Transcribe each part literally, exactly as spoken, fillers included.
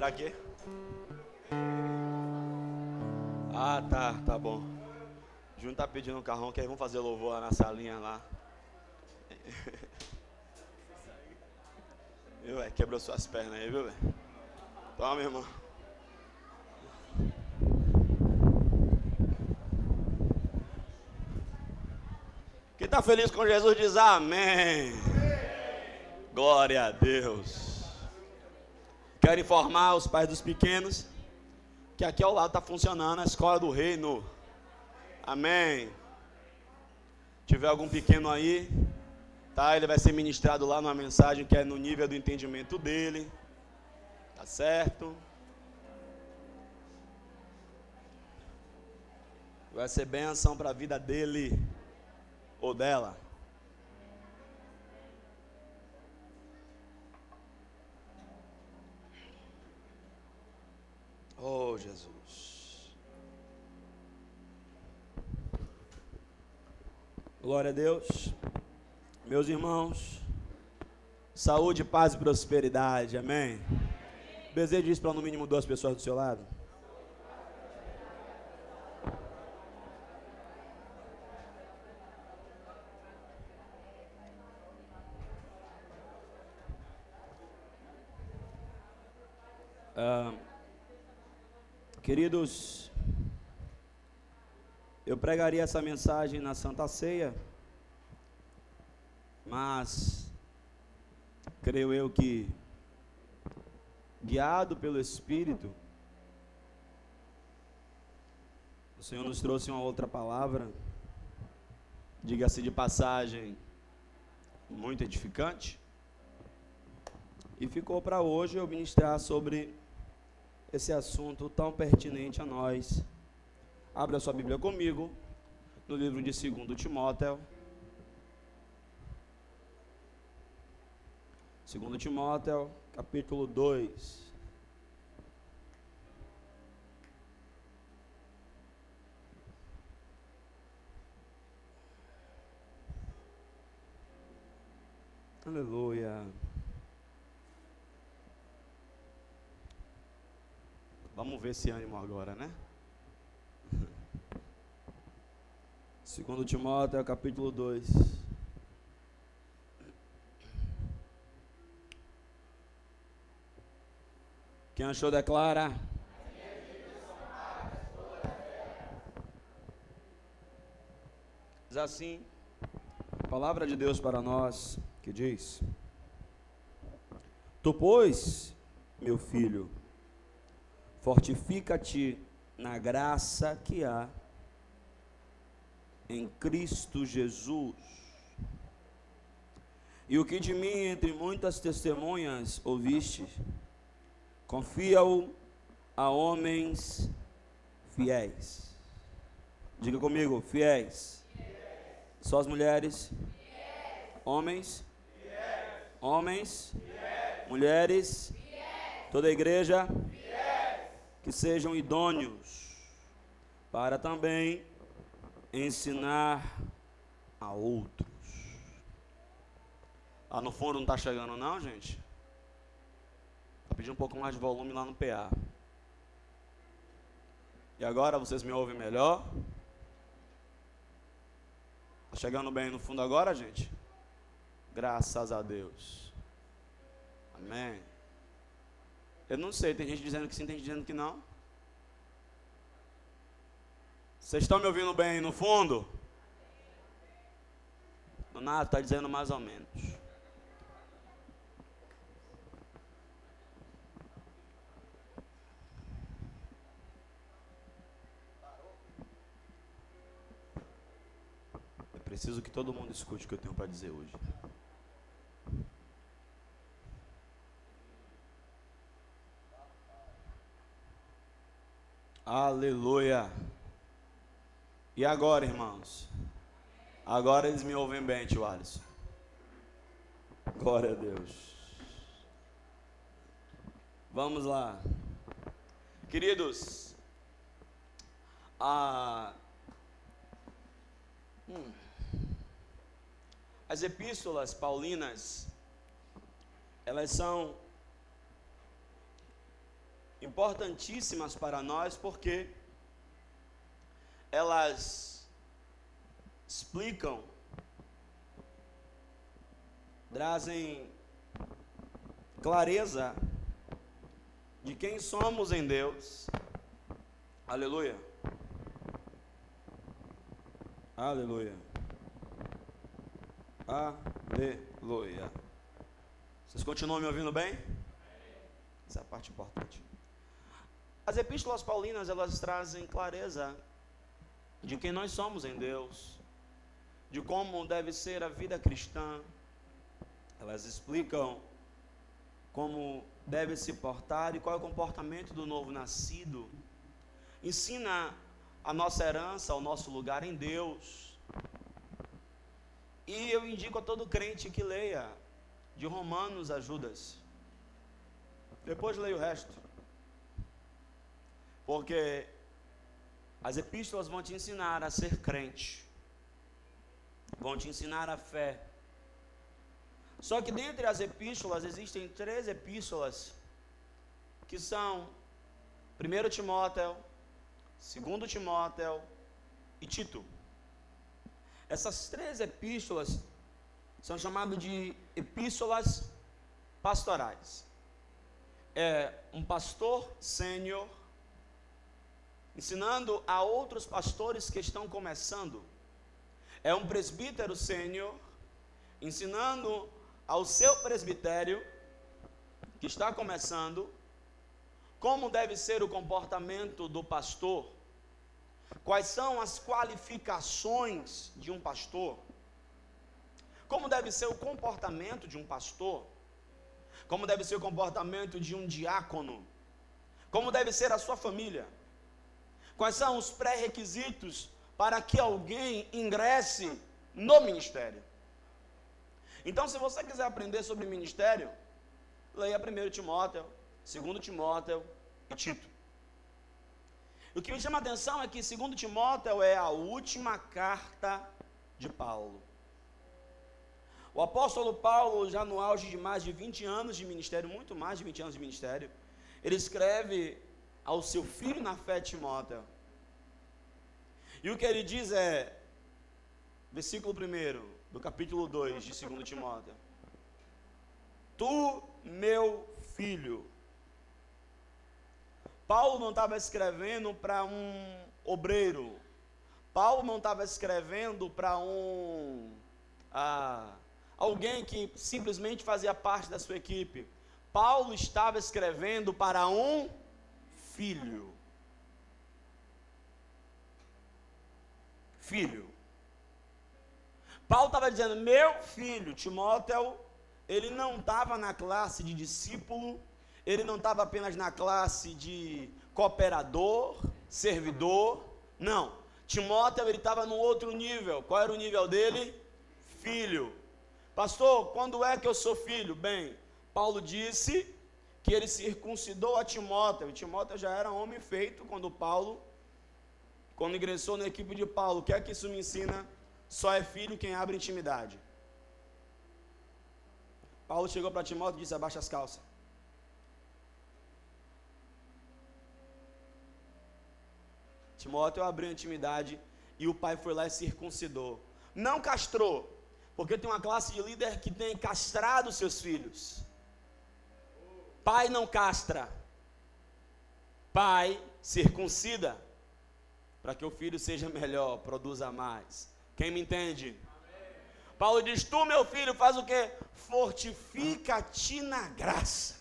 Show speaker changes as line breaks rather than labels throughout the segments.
Pra quê? Ah, tá, tá bom. Júnior tá pedindo um carrão, que aí vamos fazer louvor lá na salinha lá. Viu, velho? Quebrou suas pernas aí, viu, velho? Toma, meu irmão. Quem tá feliz com Jesus diz amém. Glória a Deus. Quero informar os pais dos pequenos que aqui ao lado está funcionando a escola do reino. Amém. Se tiver algum pequeno aí, tá? Ele vai ser ministrado lá numa mensagem que é no nível do entendimento dele. Tá certo? Vai ser bênção para a vida dele ou dela. Oh, Jesus. Glória a Deus. Meus irmãos, saúde, paz e prosperidade. Amém. Desejo isso para no mínimo duas pessoas do seu lado. Ah, queridos, eu pregaria essa mensagem na Santa Ceia, mas creio eu que, guiado pelo Espírito, o Senhor nos trouxe uma outra palavra, diga-se de passagem, muito edificante, e ficou para hoje eu ministrar sobre esse assunto tão pertinente a nós. Abra sua Bíblia comigo, no livro de Segundo Timóteo. Segundo Timóteo, capítulo dois. Aleluia. Vamos ver esse ânimo agora, né? Segundo Timóteo, capítulo dois. Quem achou, declara. Diz assim, a palavra de Deus para nós, que diz: Tu, pois, meu filho, fortifica-te na graça que há em Cristo Jesus. E o que de mim, entre muitas testemunhas, ouviste, confia-o a homens fiéis. Diga comigo, fiéis. Fiéis. Só as mulheres? Fiéis. Homens? Fiéis. Homens? Fiéis. Mulheres? Fiéis. Toda a igreja? Fiéis. Que sejam idôneos para também ensinar a outros. Lá no fundo não está chegando não, gente? Vou pedir um pouco mais de volume lá no P A. E agora vocês me ouvem melhor? Está chegando bem no fundo agora, gente? Graças a Deus. Amém. Eu não sei, tem gente dizendo que sim, tem gente dizendo que não. Vocês estão me ouvindo bem no fundo? Donato está dizendo mais ou menos. É preciso que todo mundo escute o que eu tenho para dizer hoje. Aleluia. E agora, irmãos? Agora eles me ouvem bem, tio Alisson. Glória a Deus. Vamos lá. Queridos, a, hum, as epístolas paulinas, elas são importantíssimas para nós, porque elas explicam, trazem clareza de quem somos em Deus. Aleluia. Aleluia. Aleluia. Vocês continuam me ouvindo bem? Essa é a parte importante. As epístolas paulinas, elas trazem clareza de quem nós somos em Deus, de como deve ser a vida cristã. Elas explicam como deve se portar e qual é o comportamento do novo nascido. Ensina a nossa herança, o nosso lugar em Deus. E eu indico a todo crente que leia de Romanos a Judas. Depois leia o resto. Porque as epístolas vão te ensinar a ser crente. Vão te ensinar a fé. Só que dentre as epístolas existem três epístolas que são primeiro Timóteo, segundo Timóteo e Tito. Essas três epístolas são chamadas de epístolas pastorais. É um pastor sênior ensinando a outros pastores que estão começando. É um presbítero sênior ensinando ao seu presbitério que está começando como deve ser o comportamento do pastor, quais são as qualificações de um pastor, como deve ser o comportamento de um pastor, como deve ser o comportamento de um diácono, como deve ser a sua família, quais são os pré-requisitos para que alguém ingresse no ministério. Então, se você quiser aprender sobre ministério, leia primeiro Timóteo, segundo Timóteo e Tito. O que me chama a atenção é que segundo Timóteo é a última carta de Paulo. O apóstolo Paulo, já no auge de mais de vinte anos de ministério, muito mais de vinte anos de ministério, ele escreve ao seu filho na fé, Timóteo. E o que ele diz é, versículo primeiro, do capítulo dois de segundo Timóteo. Tu, meu filho. Paulo não estava escrevendo para um obreiro. Paulo não estava escrevendo para um ah, alguém que simplesmente fazia parte da sua equipe. Paulo estava escrevendo para um filho. Filho. Paulo estava dizendo, meu filho, Timóteo, ele não estava na classe de discípulo, ele não estava apenas na classe de cooperador, servidor, não. Timóteo, ele estava num outro nível. Qual era o nível dele? Filho. Pastor, quando é que eu sou filho? Bem, Paulo disse que ele circuncidou a Timóteo, e Timóteo já era homem feito quando Paulo, quando ingressou na equipe de Paulo. O que é que isso me ensina? Só é filho quem abre intimidade. Paulo chegou para Timóteo e disse, abaixa as calças. Timóteo abriu a intimidade e o pai foi lá e circuncidou. Não castrou, porque tem uma classe de líder que tem castrado seus filhos. Pai não castra. Pai circuncida, para que o filho seja melhor, produza mais. Quem me entende? Amém. Paulo diz, tu, meu filho, faz o quê? Fortifica-te na graça.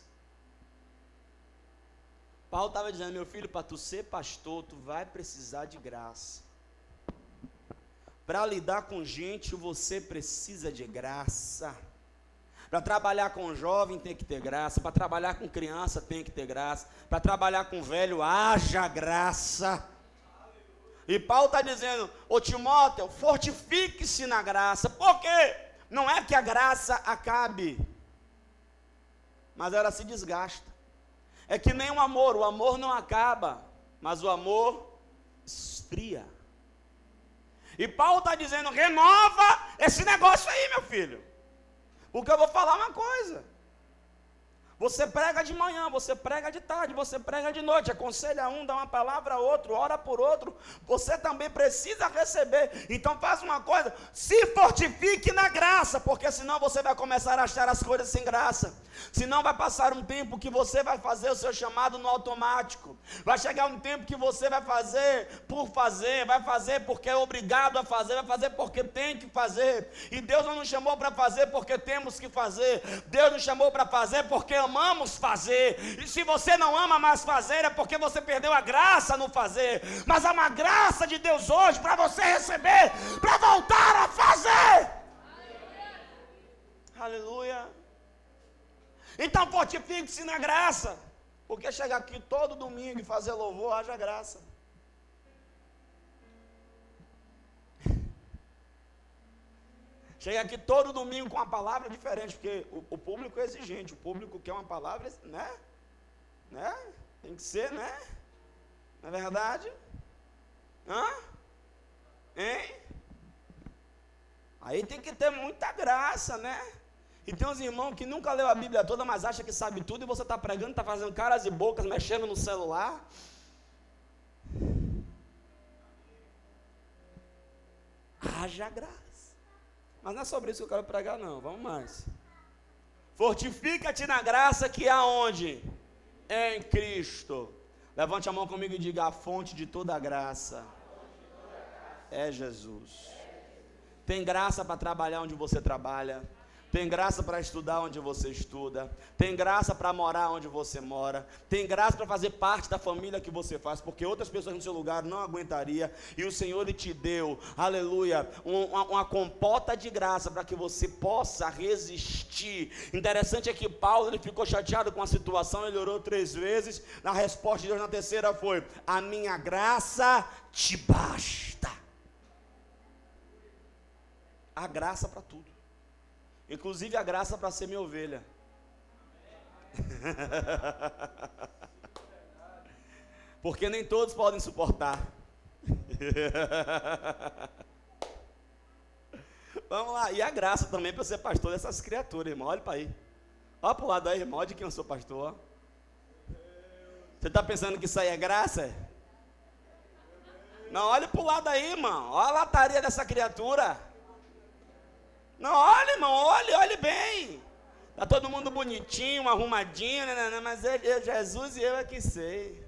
Paulo estava dizendo, meu filho, para tu ser pastor, tu vai precisar de graça. Para lidar com gente, você precisa de graça. Para trabalhar com jovem, tem que ter graça. Para trabalhar com criança, tem que ter graça. Para trabalhar com velho, haja graça. E Paulo está dizendo, ô Timóteo, fortifique-se na graça. Por quê? Não é que a graça acabe, mas ela se desgasta. É que nem o amor, o amor não acaba, mas o amor esfria. E Paulo está dizendo, renova esse negócio aí, meu filho. Porque eu vou falar uma coisa. Você prega de manhã, você prega de tarde, você prega de noite, aconselha um, dá uma palavra a outro, ora por outro. Você também precisa receber. Então faça uma coisa, se fortifique na graça, porque senão você vai começar a achar as coisas sem graça. Senão vai passar um tempo que você vai fazer o seu chamado no automático. Vai chegar um tempo que você vai fazer por fazer, vai fazer porque é obrigado a fazer, vai fazer porque tem que fazer. E Deus não nos chamou para fazer porque temos que fazer. Deus nos chamou para fazer porque amamos fazer. E se você não ama mais fazer, é porque você perdeu a graça no fazer. Mas há uma graça de Deus hoje para você receber, para voltar a fazer. Aleluia. Aleluia. Então fortifique-se na graça. Porque chegar aqui todo domingo e fazer louvor, haja graça. Chega aqui todo domingo com uma palavra diferente, porque o, o público é exigente, o público quer uma palavra, né? Né? Tem que ser, né? Não é verdade? Hã? Hein? Aí tem que ter muita graça, né? E tem uns irmãos que nunca leu a Bíblia toda, mas acha que sabe tudo, e você está pregando, está fazendo caras e bocas, mexendo no celular. Haja graça. Mas não é sobre isso que eu quero pregar, não. Vamos mais. Fortifica-te na graça que há onde? Em Cristo. Levante a mão comigo e diga: a fonte de toda a graça é Jesus. Tem graça para trabalhar onde você trabalha. Tem graça para estudar onde você estuda. Tem graça para morar onde você mora. Tem graça para fazer parte da família que você faz, porque outras pessoas no seu lugar não aguentariam. E o Senhor Ele te deu, aleluia, uma, uma compota de graça para que você possa resistir. Interessante é que Paulo, ele ficou chateado com a situação, ele orou três vezes. Na resposta de Deus na terceira foi: a minha graça te basta. A graça para tudo. Inclusive a graça para ser minha ovelha. Porque nem todos podem suportar. Vamos lá. E a graça também para ser pastor dessas criaturas, irmão. Olha para aí. Olha para o lado aí, irmão. Olha de quem eu sou pastor. Você está pensando que isso aí é graça? Não, olha para o lado aí, irmão. Olha a lataria dessa criatura. Não, olha, irmão, olhe, olhe bem. Está todo mundo bonitinho, arrumadinho, né, né, né, mas eu, eu, Jesus e eu é que sei.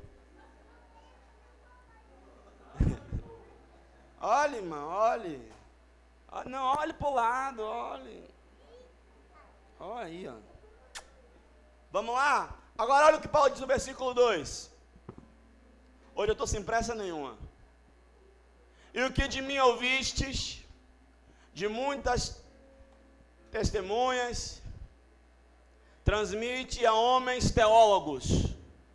Olhe, irmão, olhe. Não, olhe para o lado, olhe. Olha aí, ó. Vamos lá? Agora olha o que Paulo diz no versículo dois. Hoje eu estou sem pressa nenhuma. E o que de mim ouvistes, de muitas testemunhas, transmite a homens teólogos,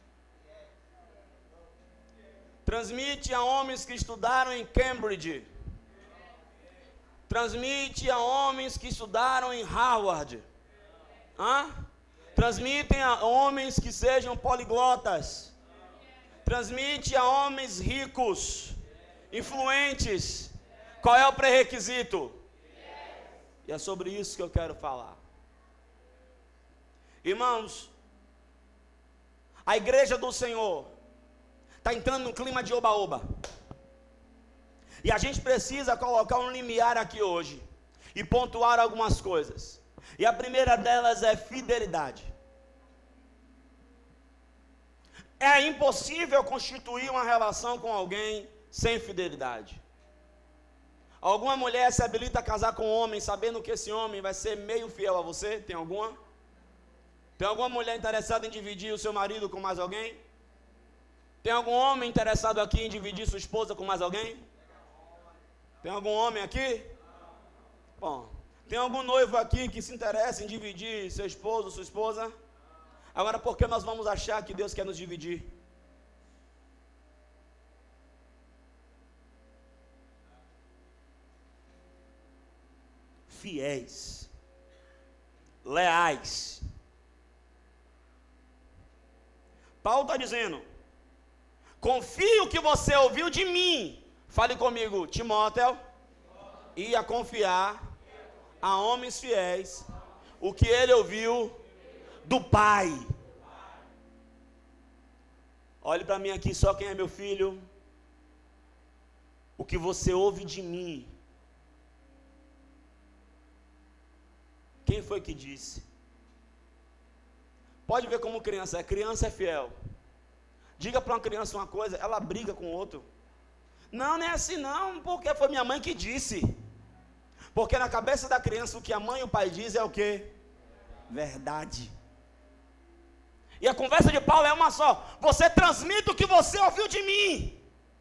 transmite a homens que estudaram em Cambridge, transmite a homens que estudaram em Harvard, Hã? transmitem a homens que sejam poliglotas, transmite a homens ricos, influentes. Qual é o pré-requisito? E é sobre isso que eu quero falar. Irmãos, a igreja do Senhor está entrando num clima de oba-oba. E a gente precisa colocar um limiar aqui hoje e pontuar algumas coisas. E a primeira delas é fidelidade. É impossível constituir uma relação com alguém sem fidelidade. Alguma mulher se habilita a casar com um homem sabendo que esse homem vai ser meio fiel a você? Tem alguma? Tem alguma mulher interessada em dividir o seu marido com mais alguém? Tem algum homem interessado aqui em dividir sua esposa com mais alguém? Tem algum homem aqui? Bom, tem algum noivo aqui que se interessa em dividir seu esposo, sua esposa? Agora, por que nós vamos achar que Deus quer nos dividir? Fiéis, leais. Paulo está dizendo: confio que você ouviu de mim. Fale comigo, Timóteo, ia confiar a homens fiéis o que ele ouviu do Pai. Olhe para mim aqui, só quem é meu filho. O que você ouve de mim, quem foi que disse? Pode ver como criança é. Criança é fiel. Diga para uma criança uma coisa, ela briga com o outro. Não, não é assim não, porque foi minha mãe que disse. Porque na cabeça da criança o que a mãe e o pai dizem é o quê? Verdade. E a conversa de Paulo é uma só. Você transmite o que você ouviu de mim.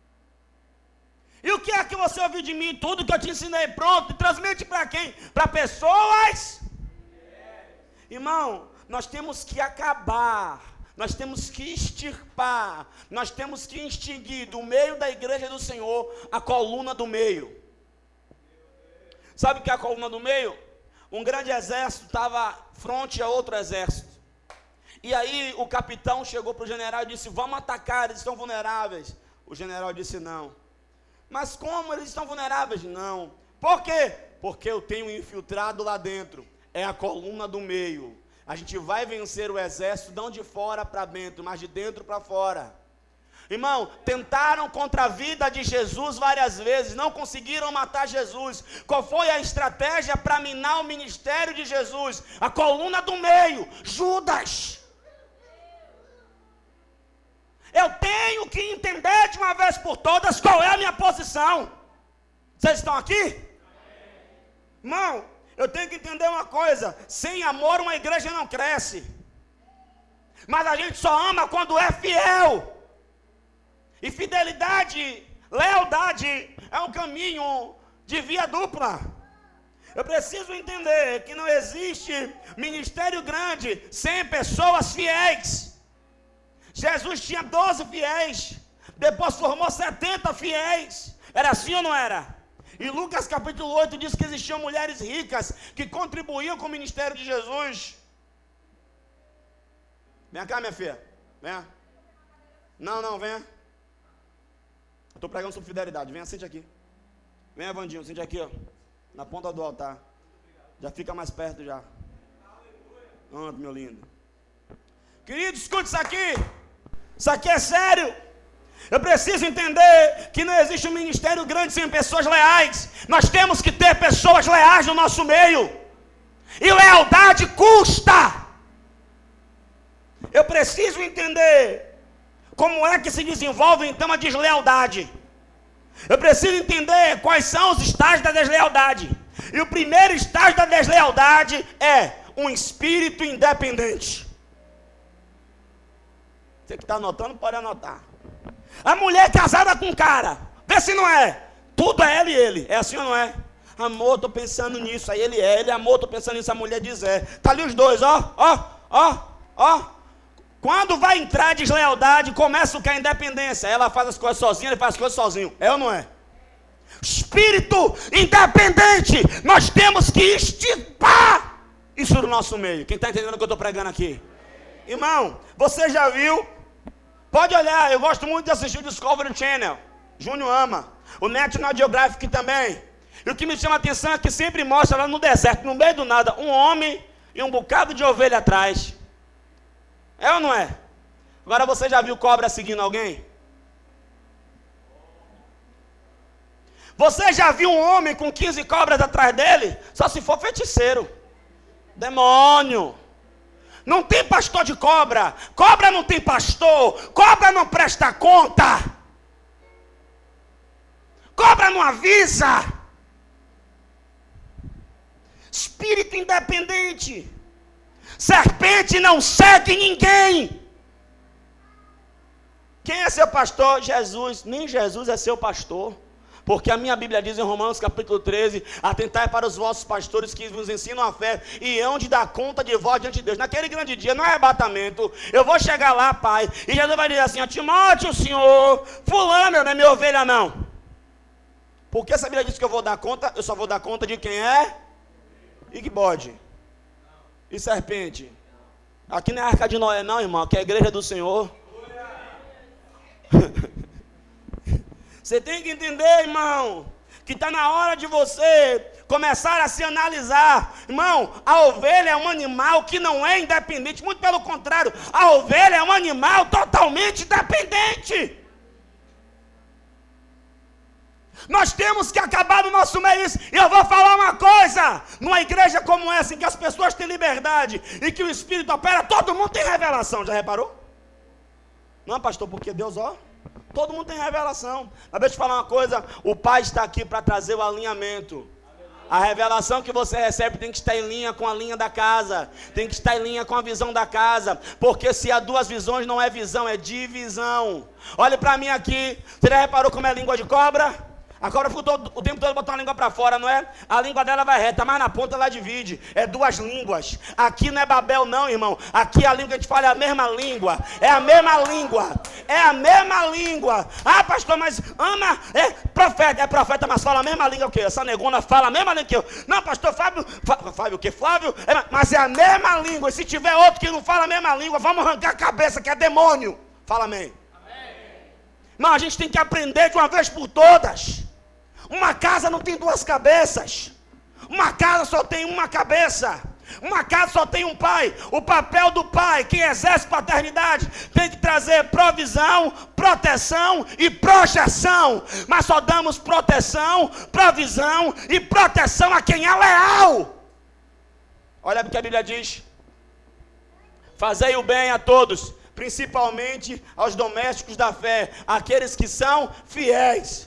E o que é que você ouviu de mim? Tudo que eu te ensinei, pronto. Transmite para quem? Para pessoas. Irmão, nós temos que acabar. Nós temos que extirpar. Nós temos que extinguir do meio da igreja do Senhor a coluna do meio. Sabe o que é a coluna do meio? Um grande exército estava fronte a outro exército. E aí o capitão chegou para o general e disse: vamos atacar, eles estão vulneráveis. O general disse: não. Mas como eles estão vulneráveis? Não. Por quê? Porque eu tenho infiltrado lá dentro. É a coluna do meio. A gente vai vencer o exército não de fora para dentro, mas de dentro para fora. Irmão, tentaram contra a vida de Jesus várias vezes, não conseguiram matar Jesus. Qual foi a estratégia para minar o ministério de Jesus? A coluna do meio, Judas. Eu tenho que entender de uma vez por todas qual é a minha posição. Vocês estão aqui? Irmão, eu tenho que entender uma coisa: sem amor uma igreja não cresce. Mas a gente só ama quando é fiel. E fidelidade, lealdade é um caminho de via dupla. Eu preciso entender que não existe ministério grande sem pessoas fiéis. Jesus tinha doze fiéis, depois formou setenta fiéis. Era assim ou não era? E Lucas capítulo oito diz que existiam mulheres ricas que contribuíam com o ministério de Jesus. Vem cá, minha filha. Venha. Não, não, venha. Estou pregando sobre fidelidade. Venha, sente aqui. Venha, Vandinho, sente aqui, ó. Na ponta do altar. Já fica mais perto já. Anda, meu lindo. Querido, escute isso aqui. Isso aqui é sério. Eu preciso entender que não existe um ministério grande sem pessoas leais. Nós temos que ter pessoas leais no nosso meio. E lealdade custa. Eu preciso entender como é que se desenvolve então a deslealdade. Eu preciso entender quais são os estágios da deslealdade. E o primeiro estágio da deslealdade é um espírito independente. Você que está anotando pode anotar. A mulher casada com um cara, vê se não é. Tudo é ela e ele, é assim ou não é? Amor, estou pensando nisso, aí ele é. Ele, amor, estou pensando nisso, a mulher diz é. Está ali os dois, ó, ó, ó, ó. Quando vai entrar a deslealdade, começa o que é a independência. Ela faz as coisas sozinha, ele faz as coisas sozinho. É ou não é? Espírito independente. Nós temos que extirpar isso do nosso meio. Quem está entendendo o que eu estou pregando aqui? Irmão, você já viu? Pode olhar, eu gosto muito de assistir o Discovery Channel. Júnior ama. O National Geographic também. E o que me chama a atenção é que sempre mostra lá no deserto, no meio do nada, um homem e um bocado de ovelha atrás. É ou não é? Agora você já viu cobra seguindo alguém? Você já viu um homem com quinze cobras atrás dele? Só se for feiticeiro. Demônio. Não tem pastor de cobra. Cobra não tem pastor. Cobra não presta conta. Cobra não avisa. Espírito independente. Serpente não segue ninguém. Quem é seu pastor? Jesus. Nem Jesus é seu pastor. Porque a minha Bíblia diz em Romanos capítulo treze: atentai para os vossos pastores que vos ensinam a fé e hão de dar conta de vós diante de Deus. Naquele grande dia, no arrebatamento, eu vou chegar lá, Pai, e Jesus vai dizer assim: ó, Timóteo, senhor, fulano não é minha ovelha não. Porque essa Bíblia diz que eu vou dar conta, eu só vou dar conta de quem é e que bode e serpente. Aqui não é a Arca de Noé não, irmão, aqui é a igreja do Senhor. Você tem que entender, irmão, que está na hora de você começar a se analisar. Irmão, a ovelha é um animal que não é independente, muito pelo contrário, a ovelha é um animal totalmente dependente. Nós temos que acabar no nosso meio isso. E eu vou falar uma coisa: numa igreja como essa, em que as pessoas têm liberdade e que o Espírito opera, todo mundo tem revelação. Já reparou? Não, pastor, porque Deus, ó, todo mundo tem revelação. Mas deixa eu te falar uma coisa: o Pai está aqui para trazer o alinhamento. A revelação que você recebe tem que estar em linha com a linha da casa, tem que estar em linha com a visão da casa, porque se há duas visões não é visão, é divisão. Olhe para mim aqui, você já reparou como é a língua de cobra? A cobra ficou todo, o tempo todo botando a língua para fora, não é? A língua dela vai reta, mas na ponta ela divide. É duas línguas. Aqui não é Babel não, irmão. Aqui a língua que a gente fala é a mesma língua. É a mesma língua. É a mesma língua. Ah, pastor, mas Ana é profeta. É profeta, mas fala a mesma língua que eu. Essa negona fala a mesma língua que eu. Não, pastor Fábio. Fábio o quê? Flávio? É, mas é a mesma língua. E se tiver outro que não fala a mesma língua, vamos arrancar a cabeça, que é demônio. Fala amém. Mas a gente tem que aprender de uma vez por todas. Uma casa não tem duas cabeças. Uma casa só tem uma cabeça. Uma casa só tem um pai. O papel do pai, quem exerce paternidade, tem que trazer provisão, proteção e projeção. Mas só damos proteção, provisão e proteção a quem é leal. Olha o que a Bíblia diz: fazei o bem a todos, principalmente aos domésticos da fé, aqueles que são fiéis.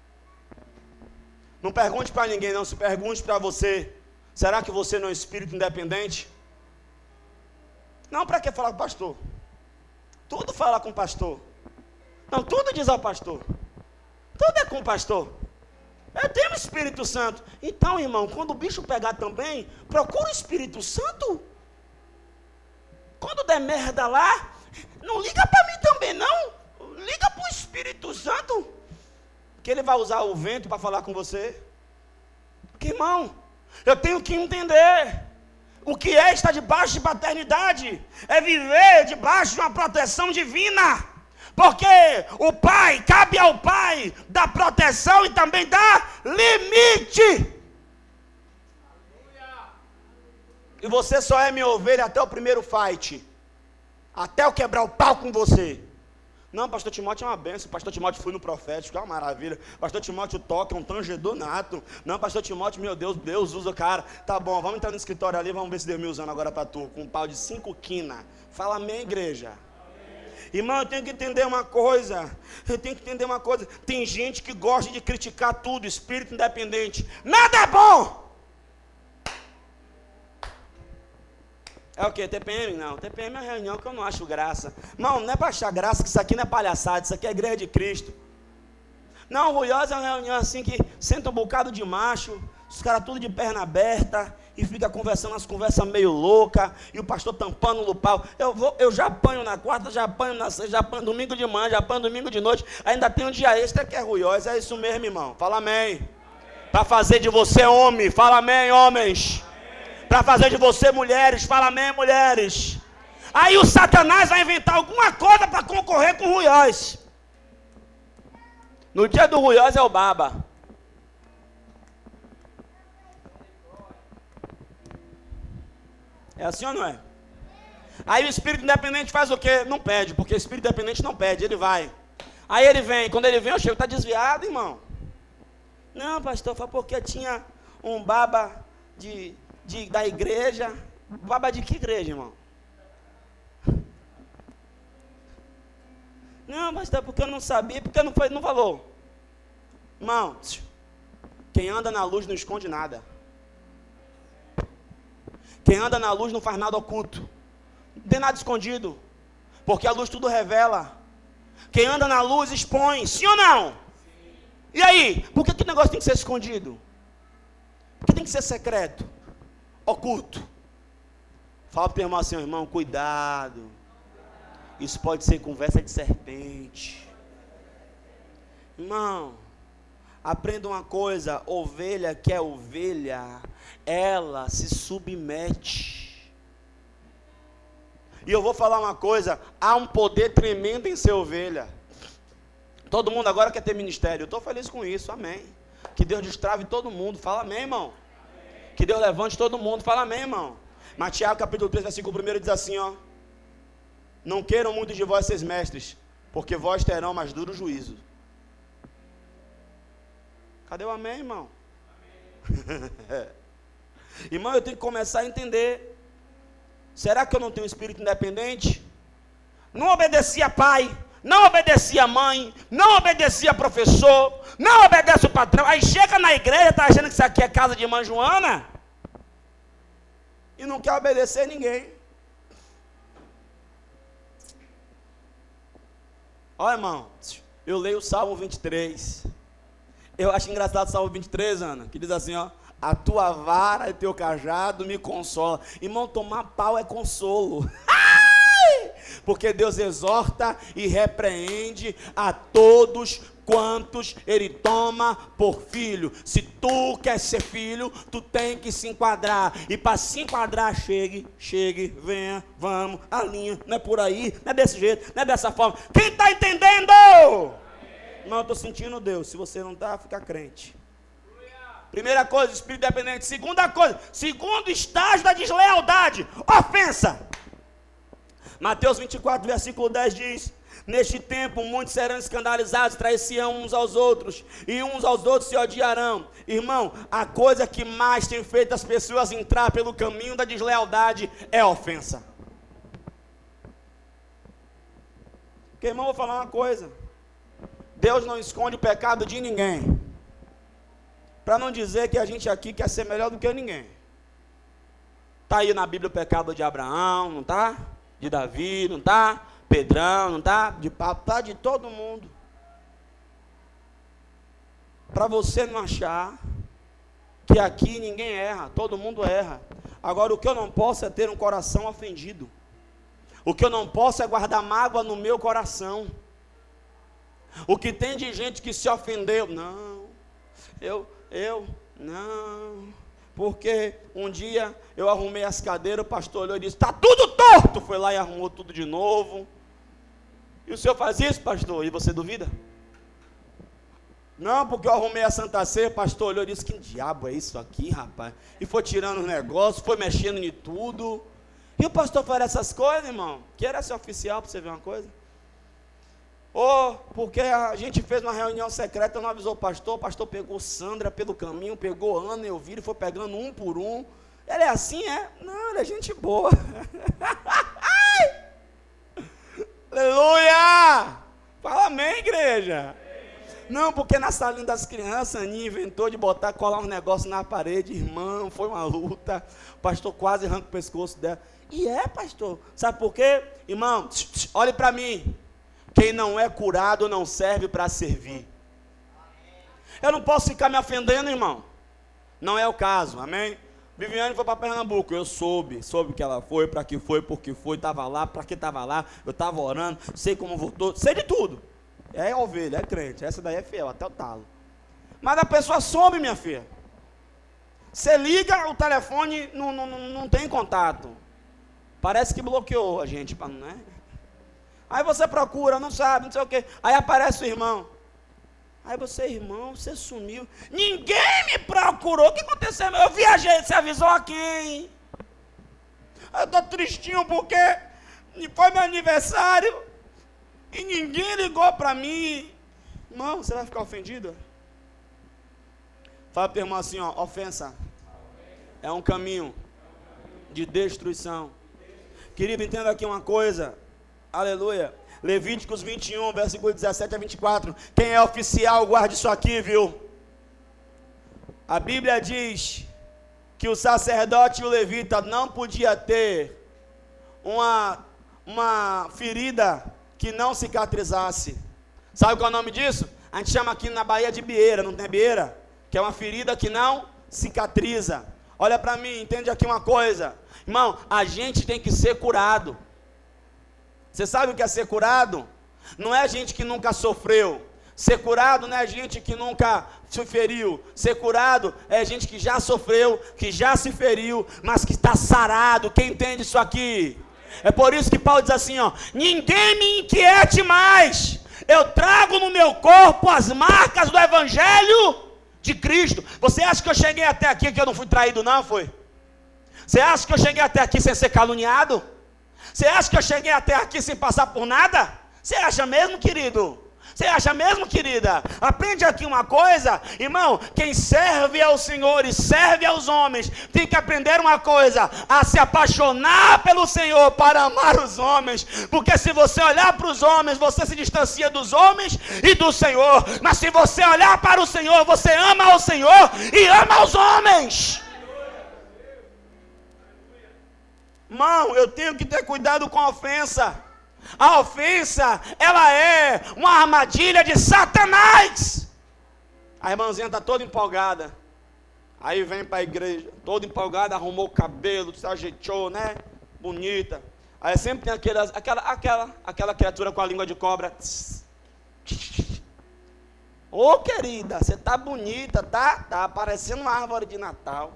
Não pergunte para ninguém não, se pergunte para você: será que você não é um espírito independente? Não, para que falar com o pastor? Tudo fala com o pastor. Não, tudo diz ao pastor. Tudo é com o pastor. Eu tenho o Espírito Santo. Então, irmão, quando o bicho pegar também, procura o Espírito Santo. Quando der merda lá, não liga para mim também não. Liga para o Espírito Santo, que ele vai usar o vento para falar com você. Porque, irmão, eu tenho que entender o que é estar debaixo de paternidade. É viver debaixo de uma proteção divina. Porque o pai, cabe ao pai dar proteção e também dar limite. E você só é minha ovelha até o primeiro fight, até eu quebrar o pau com você. Não, pastor Timóteo é uma benção. Pastor Timóteo foi no profético, é uma maravilha. Pastor Timóteo toca, é um tangedor nato. Não, pastor Timóteo, meu Deus, Deus usa o cara. Tá bom, vamos entrar no escritório ali, vamos ver se Deus me usando agora para tu, com um pau de cinco quina. Fala amém, igreja. Amém. Irmão, eu tenho que entender uma coisa. Eu tenho que entender uma coisa. Tem gente que gosta de criticar tudo, espírito independente. Nada é bom. É o quê? T P M? Não, T P M é uma reunião que eu não acho graça. Não, não é para achar graça, que isso aqui não é palhaçada, isso aqui é a igreja de Cristo. Não, Ruiosa é uma reunião assim que senta um bocado de macho, os caras tudo de perna aberta, e fica conversando umas conversas meio loucas, e o pastor tampando no pau. Eu, vou, eu já apanho na quarta, já apanho na sexta, já apanho domingo de manhã, já apanho domingo de noite, ainda tem um dia extra que é Ruiosa, é isso mesmo, irmão. Fala amém. Para fazer de você homem, fala amém, homens. Para fazer de você mulheres, fala amém, mulheres. Aí o Satanás vai inventar alguma coisa para concorrer com o Ruiós. No dia do Ruiós é o baba. É assim ou não é? Aí o espírito independente faz o quê? Não pede, porque o espírito independente não pede, ele vai. Aí ele vem, quando ele vem eu chego, está desviado, irmão. Não, pastor, foi porque tinha um baba de... De, da igreja. Baba de que igreja, irmão? Não, mas é porque eu não sabia, porque não foi, não falou. Irmão, quem anda na luz não esconde nada. Quem anda na luz não faz nada oculto. Não tem nada escondido, porque a luz tudo revela. Quem anda na luz expõe, sim ou não? Sim. E aí, por que que o negócio tem que ser escondido? Por que tem que ser secreto? Oculto. Fala para o teu irmão assim, irmão, cuidado. Isso pode ser conversa de serpente. Irmão, aprenda uma coisa: ovelha que é ovelha, ela se submete. E eu vou falar uma coisa: há um poder tremendo em ser ovelha. Todo mundo agora quer ter ministério. Eu estou feliz com isso, amém. Que Deus destrave todo mundo. Fala amém, irmão. Que Deus levante todo mundo. Fala amém, irmão. Mateus capítulo três, versículo um diz assim, ó. Não queiram muitos de vós seres mestres, porque vós terão mais duro juízo. Cadê o amém, irmão? Amém. Irmão, eu tenho que começar a entender. Será que eu não tenho um espírito independente? Não obedecia pai, não obedecia mãe, não obedecia professor, não obedece o patrão. Aí chega na igreja, está achando que isso aqui é casa de irmã Joana, e não quer obedecer ninguém. Olha, irmão, eu leio o Salmo vinte e três. Eu acho engraçado o Salmo vinte e três, Ana, que diz assim, ó. A tua vara e teu cajado me consola. Irmão, tomar pau é consolo. Porque Deus exorta e repreende a todos quantos Ele toma por filho. Se tu quer ser filho, tu tem que se enquadrar. E para se enquadrar, chegue, chegue, venha, vamos, alinha. Não é por aí, não é desse jeito, não é dessa forma. Quem está entendendo? Não, eu estou sentindo Deus. Se você não está, fica crente. Primeira coisa, espírito dependente. Segunda coisa, segundo estágio da deslealdade, ofensa. Mateus vinte e quatro, versículo dez diz: neste tempo muitos serão escandalizados, trair-se-ão uns aos outros, e uns aos outros se odiarão. Irmão, a coisa que mais tem feito as pessoas entrar pelo caminho da deslealdade é a ofensa. Porque, irmão, vou falar uma coisa: Deus não esconde o pecado de ninguém. Para não dizer que a gente aqui quer ser melhor do que ninguém. Está aí na Bíblia o pecado de Abraão, não está? De Davi, não está? Pedrão, não está? De papo, está de todo mundo. Para você não achar que aqui ninguém erra, todo mundo erra. Agora, o que eu não posso é ter um coração ofendido. O que eu não posso é guardar mágoa no meu coração. O que tem de gente que se ofendeu, não, eu... Eu, não, porque um dia eu arrumei as cadeiras, o pastor olhou e disse, está tudo torto, foi lá e arrumou tudo de novo. E o senhor faz isso, pastor? E você duvida? Não, porque eu arrumei a Santa Ceia, o pastor olhou e disse, que diabo é isso aqui, rapaz? E foi tirando os negócios, foi mexendo em tudo. E o pastor faz essas coisas, irmão? Queira ser oficial para você ver uma coisa? Ou porque a gente fez uma reunião secreta, não avisou o pastor, o pastor pegou Sandra pelo caminho, pegou Ana e Elvira e foi pegando um por um. Ele é assim, é? Não, ele é gente boa. Aleluia! Fala amém, igreja. Não, porque na salinha das crianças, a Aninha inventou de botar, colar uns negócios na parede, irmão, foi uma luta. O pastor quase arranca o pescoço dela. E é, pastor, sabe por quê? Irmão, olhe para mim. Quem não é curado não serve para servir. Eu não posso ficar me ofendendo, irmão. Não é o caso, amém? Viviane foi para Pernambuco, eu soube, soube que ela foi, para que foi, por que foi, estava lá, para que estava lá, eu estava orando, sei como voltou, sei de tudo. É ovelha, é crente, essa daí é fiel, até o talo. Mas a pessoa some, minha filha. Você liga, o telefone não, não, não tem contato. Parece que bloqueou a gente, né? Aí você procura, não sabe, não sei o quê. Aí aparece o irmão. Aí você, irmão, você sumiu. Ninguém me procurou. O que aconteceu? Eu viajei, você avisou a quem? Eu estou tristinho porque foi meu aniversário e ninguém ligou para mim. Irmão, você vai ficar ofendido? Fala para o irmão assim, ó, ofensa é um caminho de destruição. Querido, entenda aqui uma coisa. Aleluia. Levíticos vinte e um, versículo dezessete a vinte e quatro. Quem é oficial, guarde isso aqui, viu? A Bíblia diz que o sacerdote e o levita não podia ter uma, uma ferida que não cicatrizasse. Sabe qual é o nome disso? A gente chama aqui na Bahia de bieira, não tem bieira? Que é uma ferida que não cicatriza. Olha para mim, entende aqui uma coisa. Irmão, a gente tem que ser curado. Você sabe o que é ser curado? Não é gente que nunca sofreu. Ser curado não é gente que nunca se feriu. Ser curado é gente que já sofreu, que já se feriu, mas que está sarado. Quem entende isso aqui? É por isso que Paulo diz assim, ó, ninguém me inquiete mais. Eu trago no meu corpo as marcas do Evangelho de Cristo. Você acha que eu cheguei até aqui que eu não fui traído não, foi? Você acha que eu cheguei até aqui sem ser caluniado? Você acha que eu cheguei até aqui sem passar por nada? Você acha mesmo, querido? Você acha mesmo, querida? Aprende aqui uma coisa, irmão, quem serve ao Senhor e serve aos homens, tem que aprender uma coisa, a se apaixonar pelo Senhor para amar os homens, porque se você olhar para os homens, você se distancia dos homens e do Senhor, mas se você olhar para o Senhor, você ama ao Senhor e ama aos homens. Irmão, eu tenho que ter cuidado com a ofensa. A ofensa, ela é uma armadilha de Satanás. A irmãzinha está toda empolgada. Aí vem para a igreja, toda empolgada, arrumou o cabelo, se ajeitou, né? Bonita. Aí sempre tem aquelas, aquela, aquela, aquela criatura com a língua de cobra. Ô oh, querida, você tá bonita, tá? Tá parecendo uma árvore de Natal.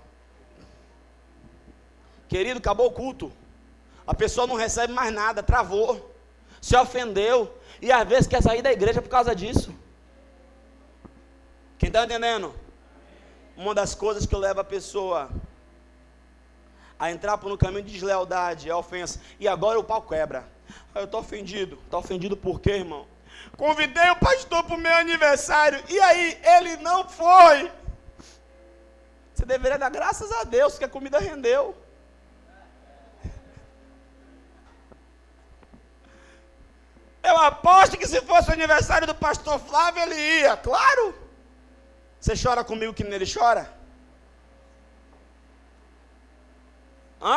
Querido, acabou o culto. A pessoa não recebe mais nada, travou, se ofendeu, e às vezes quer sair da igreja por causa disso. Quem está entendendo? Uma das coisas que leva a pessoa a entrar por um caminho de deslealdade é a ofensa. E agora o pau quebra. Eu estou ofendido. Está ofendido por quê, irmão? Convidei o pastor para o meu aniversário, e aí ele não foi. Você deveria dar graças a Deus que a comida rendeu. Eu aposto que se fosse o aniversário do pastor Flávio, ele ia, claro. Você chora comigo que nele chora? Hã?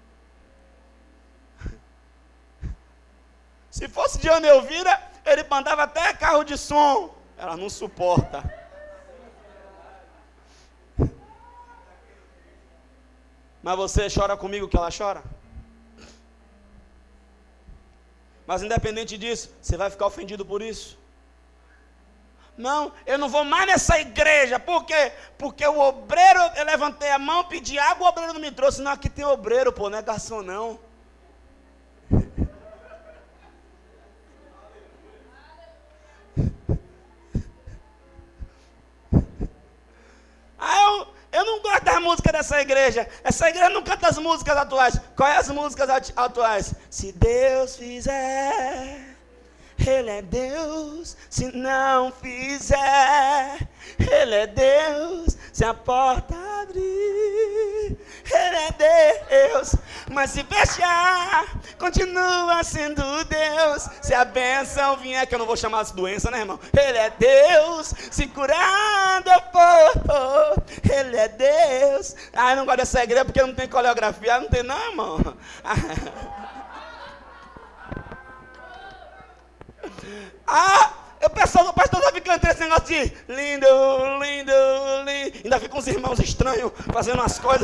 Se fosse de Ana Elvira, ele mandava até carro de som. Ela não suporta. Mas você chora comigo que ela chora? Mas independente disso, você vai ficar ofendido por isso? Não, eu não vou mais nessa igreja. Por quê? Porque o obreiro, eu levantei a mão, pedi água, o obreiro não me trouxe. Não, aqui tem obreiro, pô, não é garçom não. Ah, eu, eu não gosto das músicas dessa igreja. Essa igreja não canta as músicas atuais. Quais as músicas atuais? Se Deus fizer, Ele é Deus. Se não fizer, Ele é Deus. Se a porta abrir, Ele é Deus. Mas se fechar, continua sendo Deus. Se a bênção vier, que eu não vou chamar de doença, né, irmão? Ele é Deus. Se curado for, Ele é Deus. Ah, eu não gosto dessa igreja porque não tem coreografia. Não tem não, irmão. Ah, o pessoal do pastor está ficando esse negócio de lindo, lindo, lindo. Ainda fica uns irmãos estranhos fazendo as coisas.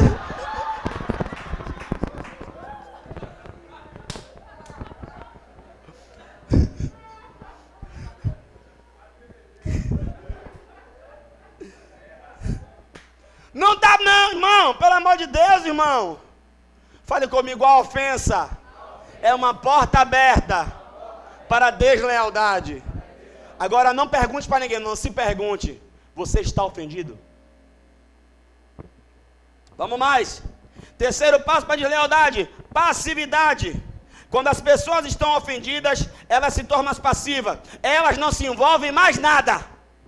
Não dá não, irmão, pelo amor de Deus, irmão. Fale comigo, a ofensa é uma porta aberta para a deslealdade. Agora não pergunte para ninguém, não se pergunte, você está ofendido? Vamos mais. Terceiro passo para a deslealdade, passividade. Quando as pessoas estão ofendidas, elas se tornam passivas, elas não se envolvem em mais nada.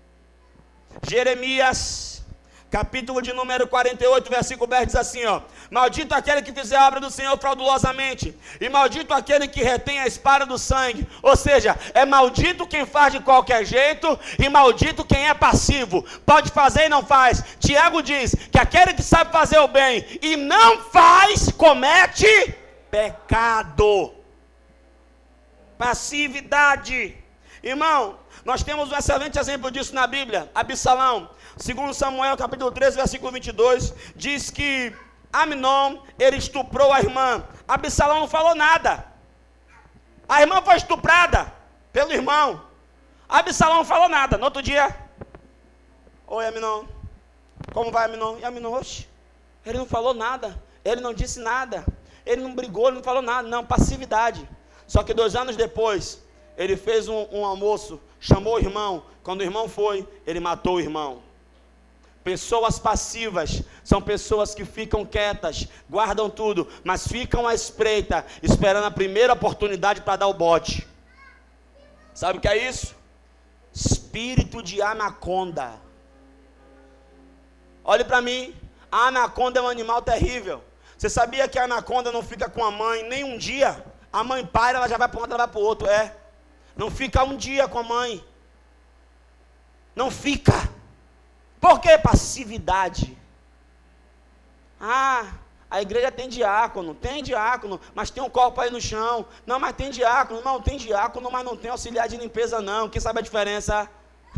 Jeremias, capítulo de número quarenta e oito, versículo dez, diz assim, ó: maldito aquele que fizer a obra do Senhor fraudulosamente, e maldito aquele que retém a espada do sangue. Ou seja, é maldito quem faz de qualquer jeito, e maldito quem é passivo, pode fazer e não faz. Tiago diz que aquele que sabe fazer o bem e não faz, comete pecado. Passividade. Irmão, nós temos um excelente exemplo disso na Bíblia. Absalão, segundo Samuel capítulo treze, versículo vinte e dois, diz que Amnon, ele estuprou a irmã. Absalão não falou nada. A irmã foi estuprada pelo irmão. Absalão não falou nada. No outro dia, oi Amnon, como vai Amnon? E Amnon, oxe, ele não falou nada, ele não disse nada, ele não brigou, ele não falou nada. Não, passividade. Só que dois anos depois, ele fez um, um almoço, chamou o irmão. Quando o irmão foi, ele matou o irmão. Pessoas passivas são pessoas que ficam quietas, guardam tudo, mas ficam à espreita, esperando a primeira oportunidade para dar o bote. Sabe o que é isso? Espírito de anaconda. Olhe para mim, a anaconda é um animal terrível. Você sabia que a anaconda não fica com a mãe nem um dia? A mãe para, ela já vai para um lado, ela vai para o outro, é. Não fica um dia com a mãe. Não fica. Por que passividade? Ah, a igreja tem diácono, tem diácono, mas tem um copo aí no chão. Não, mas tem diácono, não, tem diácono, mas não tem auxiliar de limpeza não. Quem sabe a diferença?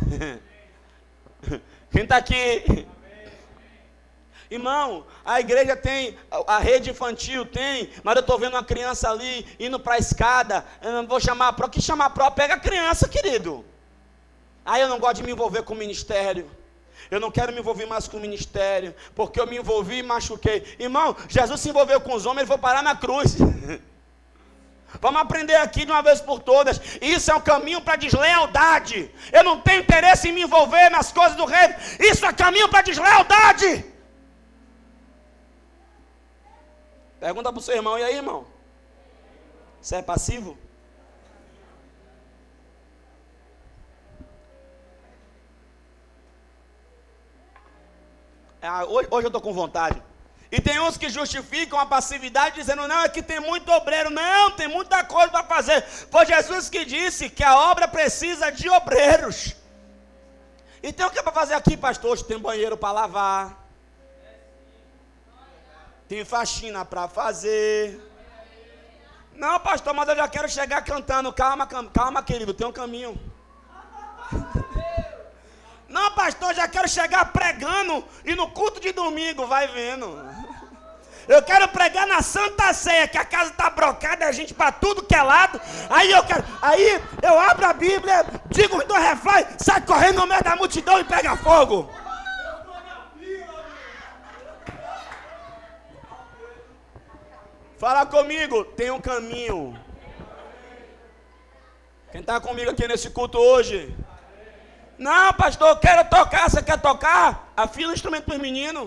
Quem está aqui? Irmão, a igreja tem, a rede infantil tem, mas eu estou vendo uma criança ali, indo para a escada, eu não vou chamar a pró, que chamar a pró, pega a criança, querido. Aí eu não gosto de me envolver com o ministério. Eu não quero me envolver mais com o ministério, porque eu me envolvi e machuquei. Irmão, Jesus se envolveu com os homens, ele foi parar na cruz. Vamos aprender aqui de uma vez por todas. Isso é um caminho para deslealdade. Eu não tenho interesse em me envolver nas coisas do reino. Isso é caminho para deslealdade. Pergunta para o seu irmão, e aí, irmão? Você é passivo? Ah, hoje, hoje eu estou com vontade. E tem uns que justificam a passividade dizendo, não, é que tem muito obreiro. Não, tem muita coisa para fazer. Foi Jesus que disse que a obra precisa de obreiros. Então o que é para fazer aqui, pastor? Hoje tem banheiro para lavar. Tem faxina para fazer. Não, pastor, mas eu já quero chegar cantando. Calma, calma, querido, tem um caminho. Não, pastor, já quero chegar pregando e no culto de domingo, vai vendo. Eu quero pregar na Santa Ceia, que a casa está brocada, a gente para tudo que é lado. Aí eu quero, aí eu abro a Bíblia, digo os dois refrões, sai correndo no meio da multidão e pega fogo. Fala comigo, tem um caminho. Quem está comigo aqui nesse culto hoje? Não, pastor, eu quero tocar, você quer tocar? Afina o instrumento para os meninos.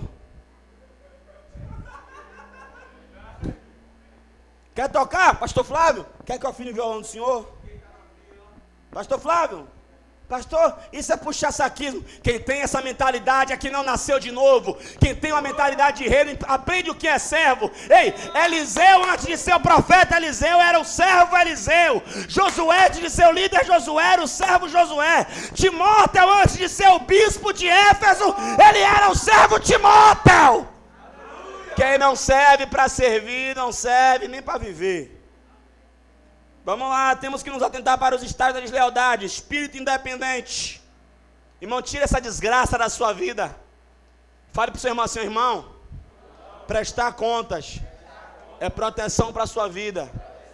Quer tocar? Pastor Flávio, quer que eu afine o violão do senhor? Pastor Flávio, pastor, isso é puxar saquismo. Quem tem essa mentalidade é que não nasceu de novo. Quem tem uma mentalidade de reino, aprende o que é servo. Ei, Eliseu, antes de ser o profeta Eliseu, era o servo Eliseu. Josué, antes de ser o líder Josué, era o servo Josué. Timóteo, antes de ser o bispo de Éfeso, ele era o servo Timóteo. Quem não serve para servir, não serve nem para viver. Vamos lá, temos que nos atentar para os estágios da deslealdade. Espírito independente. Irmão, tira essa desgraça da sua vida. Fale para o seu irmão assim, irmão, prestar contas é proteção para a sua vida.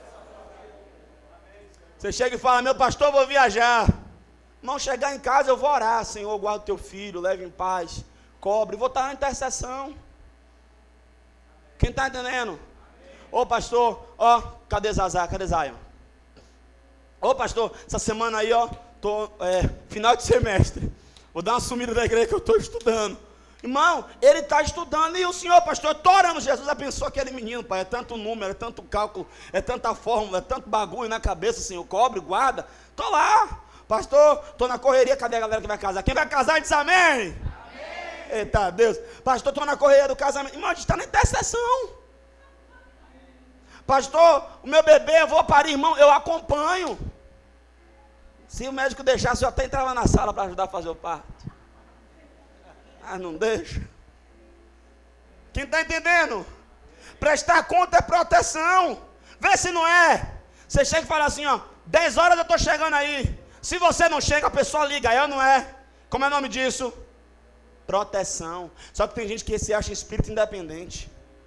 Você chega e fala, meu pastor, eu vou viajar. Irmão, chegar em casa eu vou orar. Senhor, guarda o teu filho, leve em paz, cobre. Vou estar na intercessão. Quem está entendendo? Ô pastor, ó, cadê Zazá, cadê Zion? Ô pastor, essa semana aí, ó, tô, é, final de semestre, vou dar uma sumida da igreja que eu estou estudando. Irmão, ele está estudando e o senhor, pastor, eu estou orando. Jesus abençoa aquele menino, pai, é tanto número, é tanto cálculo, é tanta fórmula, é tanto bagulho na cabeça, senhor, cobre, guarda. Estou lá, pastor, estou na correria, cadê a galera que vai casar? Quem vai casar diz amém. Amém. Eita Deus, pastor, estou na correria do casamento. Irmão, a gente está na intercessão. Pastor, o meu bebê, eu vou parir, irmão, eu acompanho. Se o médico deixasse, eu até entrava na sala para ajudar a fazer o parto. Mas não deixa. Quem está entendendo? Prestar conta é proteção. Vê se não é. Você chega e fala assim, ó, dez horas eu estou chegando aí. Se você não chega, a pessoa liga, eu não é. Como é o nome disso? Proteção. Só que tem gente que se acha espírito independente.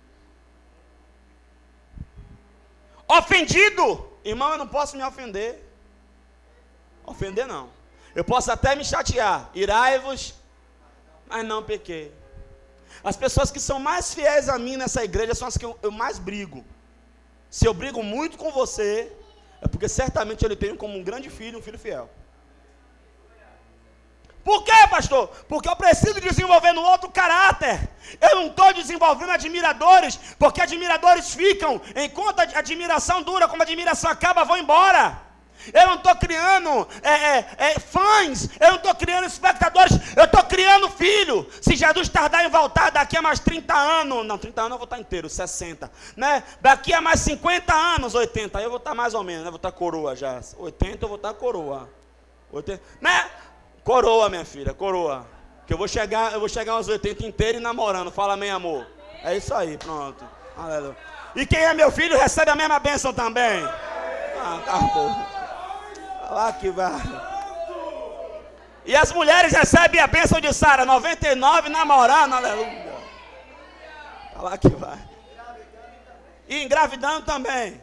Ofendido, irmão, eu não posso me ofender. Ofender não. Eu posso até me chatear. Irai-vos, mas não pequei. As pessoas que são mais fiéis a mim nessa igreja são as que eu, eu mais brigo. Se eu brigo muito com você, é porque certamente eu lhe tenho como um grande filho, um filho fiel. Por quê, pastor? Porque eu preciso desenvolver no outro caráter. Eu não estou desenvolvendo admiradores, porque admiradores ficam, enquanto a admiração dura, como a admiração acaba, vão embora. Eu não estou criando é, é, é, fãs, eu não estou criando espectadores, eu estou criando filho. Se Jesus tardar em voltar daqui a mais trinta anos, não, trinta anos eu vou estar inteiro, sessenta, né? Daqui a mais cinquenta anos, oitenta, aí eu vou estar mais ou menos, né? Vou estar coroa já, oitenta eu vou estar coroa, oitenta, né? Coroa, minha filha, coroa, que eu vou chegar, eu vou chegar aos oitenta inteiro e namorando, fala amém, amor, é isso aí, pronto, aleluia. E quem é meu filho recebe a mesma bênção também. Ah, acabou. Lá que vai. E as mulheres recebem a bênção de Sara, noventa e nove namorando, aleluia. Lá que vai. E engravidando também.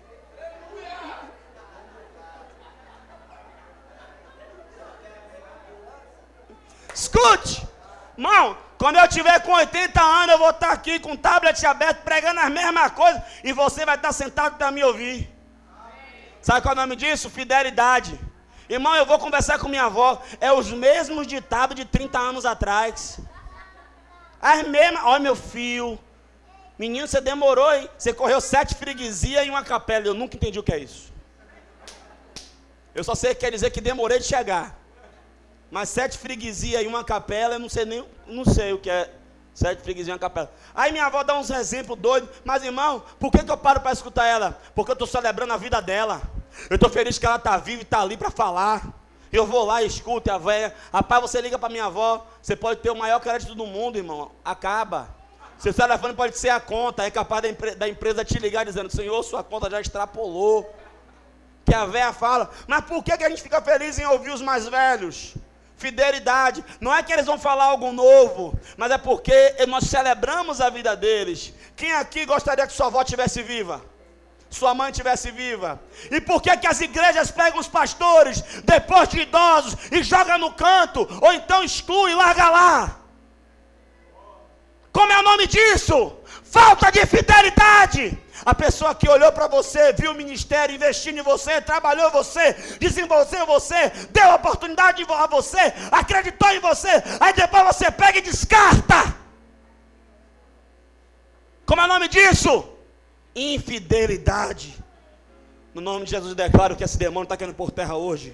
Escute, irmão, quando eu tiver com oitenta anos, eu vou estar aqui com o tablet aberto, pregando as mesmas coisas, e você vai estar sentado para me ouvir. Sabe qual é o nome disso? Fidelidade. Irmão, eu vou conversar com minha avó, é os mesmos ditados de trinta anos atrás. As mesmas, olha meu filho, menino, você demorou, hein? Você correu sete freguesias e uma capela, eu nunca entendi o que é isso. Eu só sei que quer dizer que demorei de chegar. Mas sete freguesias e uma capela, eu não sei nem, não sei o que é sete freguesias e uma capela. Aí minha avó dá uns exemplos doidos, mas irmão, por que, que eu paro para escutar ela? Porque eu estou celebrando a vida dela. Eu estou feliz que ela está viva e está ali para falar. Eu vou lá e escuto a velha. Rapaz, você liga para minha avó, você pode ter o maior crédito do mundo, irmão. Acaba. Seu telefone pode ser a conta, é capaz da, empre da empresa te ligar dizendo, Senhor, sua conta já extrapolou. Que a velha fala, mas por que, que a gente fica feliz em ouvir os mais velhos? Fidelidade, não é que eles vão falar algo novo, mas é porque nós celebramos a vida deles. Quem aqui gostaria que sua avó estivesse viva? Sua mãe estivesse viva? E por que que as igrejas pegam os pastores, depois de idosos, e jogam no canto, ou então exclui e larga lá? Como é o nome disso? Falta de fidelidade. A pessoa que olhou para você, viu o ministério, investindo em você, trabalhou em você, desenvolveu você, deu oportunidade a você, acreditou em você, aí depois você pega e descarta. Como é o nome disso? Infidelidade. No nome de Jesus eu declaro que esse demônio está caindo por terra hoje.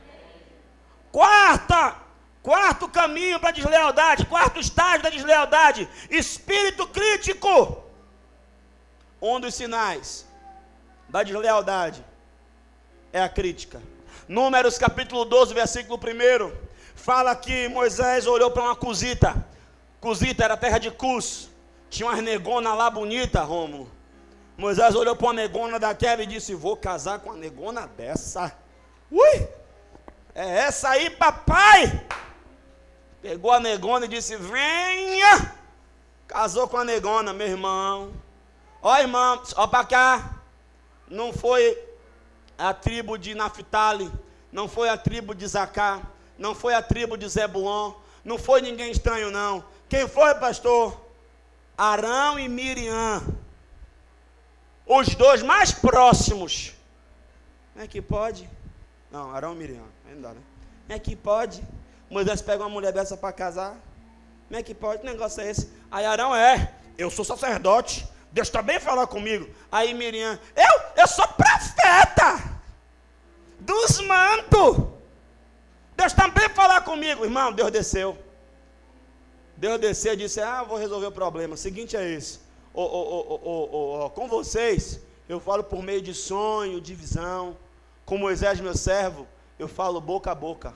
Quarta, quarto caminho para a deslealdade, quarto estágio da deslealdade, espírito crítico. Um dos sinais da deslealdade é a crítica. Números capítulo doze, versículo um, fala que Moisés olhou para uma cusita. Cusita era terra de Cus. Tinha umas negonas lá bonita, Rômulo. Moisés olhou para uma negona daquela e disse, vou casar com uma negona dessa. Ui, é essa aí, papai. Pegou a negona e disse, venha. Casou com a negona, meu irmão. Ó irmão, ó para cá, não foi a tribo de Naftali, não foi a tribo de Zacá, não foi a tribo de Zebulon, não foi ninguém estranho não. Quem foi, pastor? Arão e Miriam, os dois mais próximos. Como é que pode? Não, Arão e Miriam, não dá, né? Como é que pode? Moisés pega uma mulher dessa para casar? Como é que pode? Que negócio é esse? Aí Arão é, eu sou sacerdote. Deus também falou comigo. Aí Miriam, eu, eu sou profeta dos mantos. Deus também falou comigo. Irmão, Deus desceu. Deus desceu e disse, ah, vou resolver o problema. O seguinte é esse. Oh, oh, oh, oh, oh, oh, com vocês, eu falo por meio de sonho, de visão. Com Moisés, meu servo, eu falo boca a boca.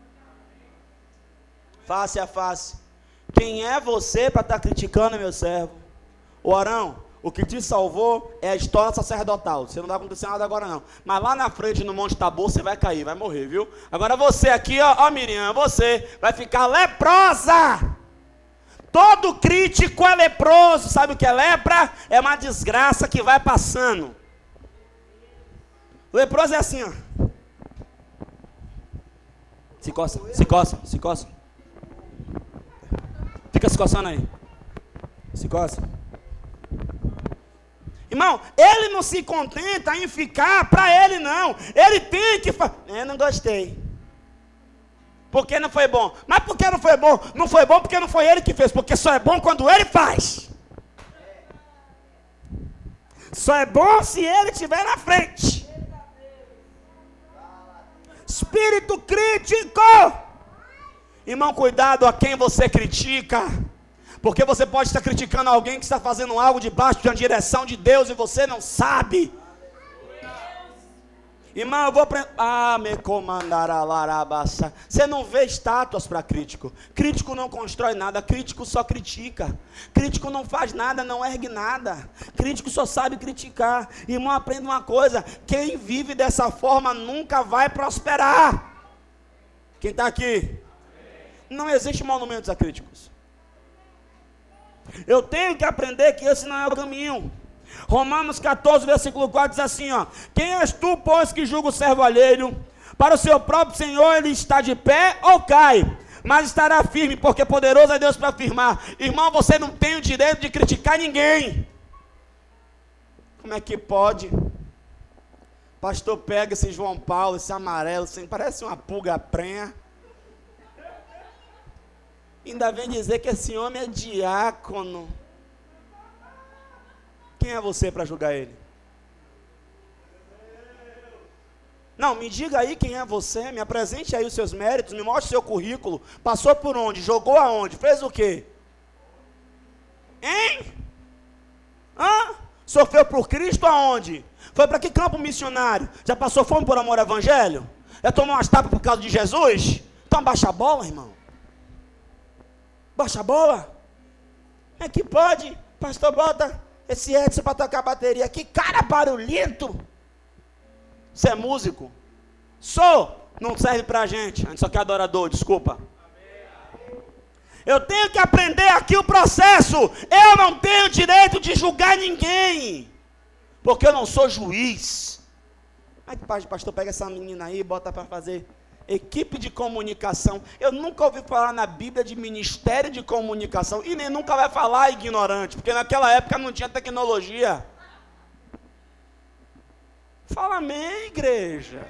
Face a face. Quem é você para estar criticando, meu servo? O Arão, o que te salvou é a história sacerdotal. Você não vai acontecer nada agora não. Mas lá na frente, no Monte Tabor, você vai cair, vai morrer, viu? Agora você aqui, ó, ó Miriam, você vai ficar leprosa. Todo crítico é leproso. Sabe o que é lepra? É uma desgraça que vai passando. Leproso é assim, ó. Se coça, se coça, se coça. Fica se coçando aí. Se coça. Irmão, ele não se contenta em ficar para ele não. Ele tem que fazer. Eu não gostei. Porque não foi bom. Mas por que não foi bom? Não foi bom porque não foi ele que fez. Porque só é bom quando ele faz. Só é bom se ele estiver na frente. Espírito crítico. Irmão, cuidado a quem você critica. Porque você pode estar criticando alguém que está fazendo algo debaixo de uma direção de Deus e você não sabe. Irmão, eu vou aprender. Ah, me comandará larabaça. Você não vê estátuas para crítico. Crítico não constrói nada. Crítico só critica. Crítico não faz nada, não ergue nada. Crítico só sabe criticar. Irmão, aprenda uma coisa: quem vive dessa forma nunca vai prosperar. Quem está aqui? Não existe monumentos a críticos. Eu tenho que aprender que esse não é o caminho. Romanos catorze, versículo quatro diz assim, ó: quem és tu, pois, que julga o servo alheio? Para o seu próprio Senhor ele está de pé ou cai, mas estará firme, porque poderoso é Deus para afirmar. Irmão, você não tem o direito de criticar ninguém. Como é que pode? Pastor pega esse João Paulo, esse amarelo, assim, parece uma pulga prenha. Ainda vem dizer que esse homem é diácono. Quem é você para julgar ele? Não, me diga aí quem é você, me apresente aí os seus méritos, me mostre o seu currículo. Passou por onde? Jogou aonde? Fez o quê? Hein? Hã? Sofreu por Cristo aonde? Foi para que campo missionário? Já passou fome por amor ao evangelho? Já tomou umas tapas por causa de Jesus? Então baixa a bola, irmão. Baixa a bola. É que pode, pastor, bota esse Edson para tocar a bateria. Que cara barulhento. Você é músico? Sou. Não serve pra gente. A gente só quer adorador, desculpa. Eu tenho que aprender aqui o processo. Eu não tenho direito de julgar ninguém. Porque eu não sou juiz. Aí, pastor, pega essa menina aí e bota para fazer equipe de comunicação. Eu nunca ouvi falar na Bíblia de ministério de comunicação. E nem nunca vai falar ignorante. Porque naquela época não tinha tecnologia. Fala amém, igreja.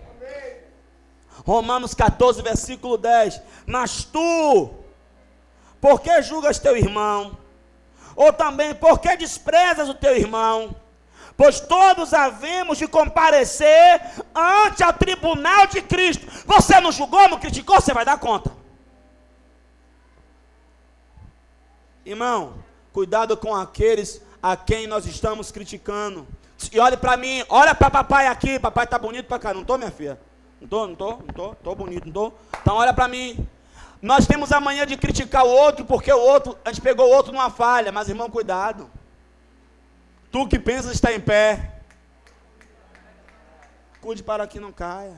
Romanos catorze, versículo dez. Mas tu, por que julgas teu irmão? Ou também, por que desprezas o teu irmão? Pois todos havemos de comparecer ante o tribunal de Cristo. Você não julgou, não criticou, você vai dar conta. Irmão, cuidado com aqueles a quem nós estamos criticando. E olhe para mim, olha para papai aqui. Papai está bonito para cá, não estou, minha filha? Não estou, não estou, não estou, estou bonito, não estou. Então olha para mim. Nós temos a mania de criticar o outro, porque o outro, a gente pegou o outro numa falha. Mas irmão, cuidado. Tu que pensas estar em pé, cuide para que não caia.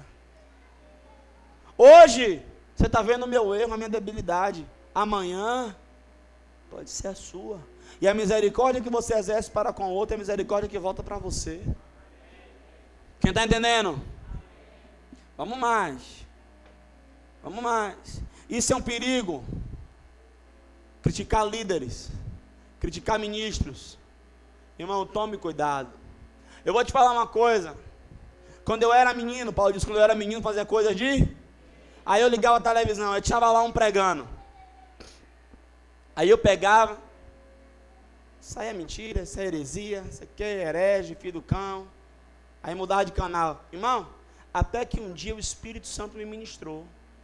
Hoje, você está vendo o meu erro, a minha debilidade. Amanhã, pode ser a sua. E a misericórdia que você exerce para com o outro é a misericórdia que volta para você. Quem está entendendo? Vamos mais. Vamos mais. Isso é um perigo. Criticar líderes. Criticar ministros. Irmão, tome cuidado. Eu vou te falar uma coisa. Quando eu era menino, Paulo disse, quando eu era menino, fazia coisa de... Aí eu ligava a televisão, eu tinha lá um pregando. Aí eu pegava, isso aí é mentira, isso é heresia, isso aqui é herege, filho do cão. Aí mudava de canal. Irmão, até que um dia o Espírito Santo me ministrou.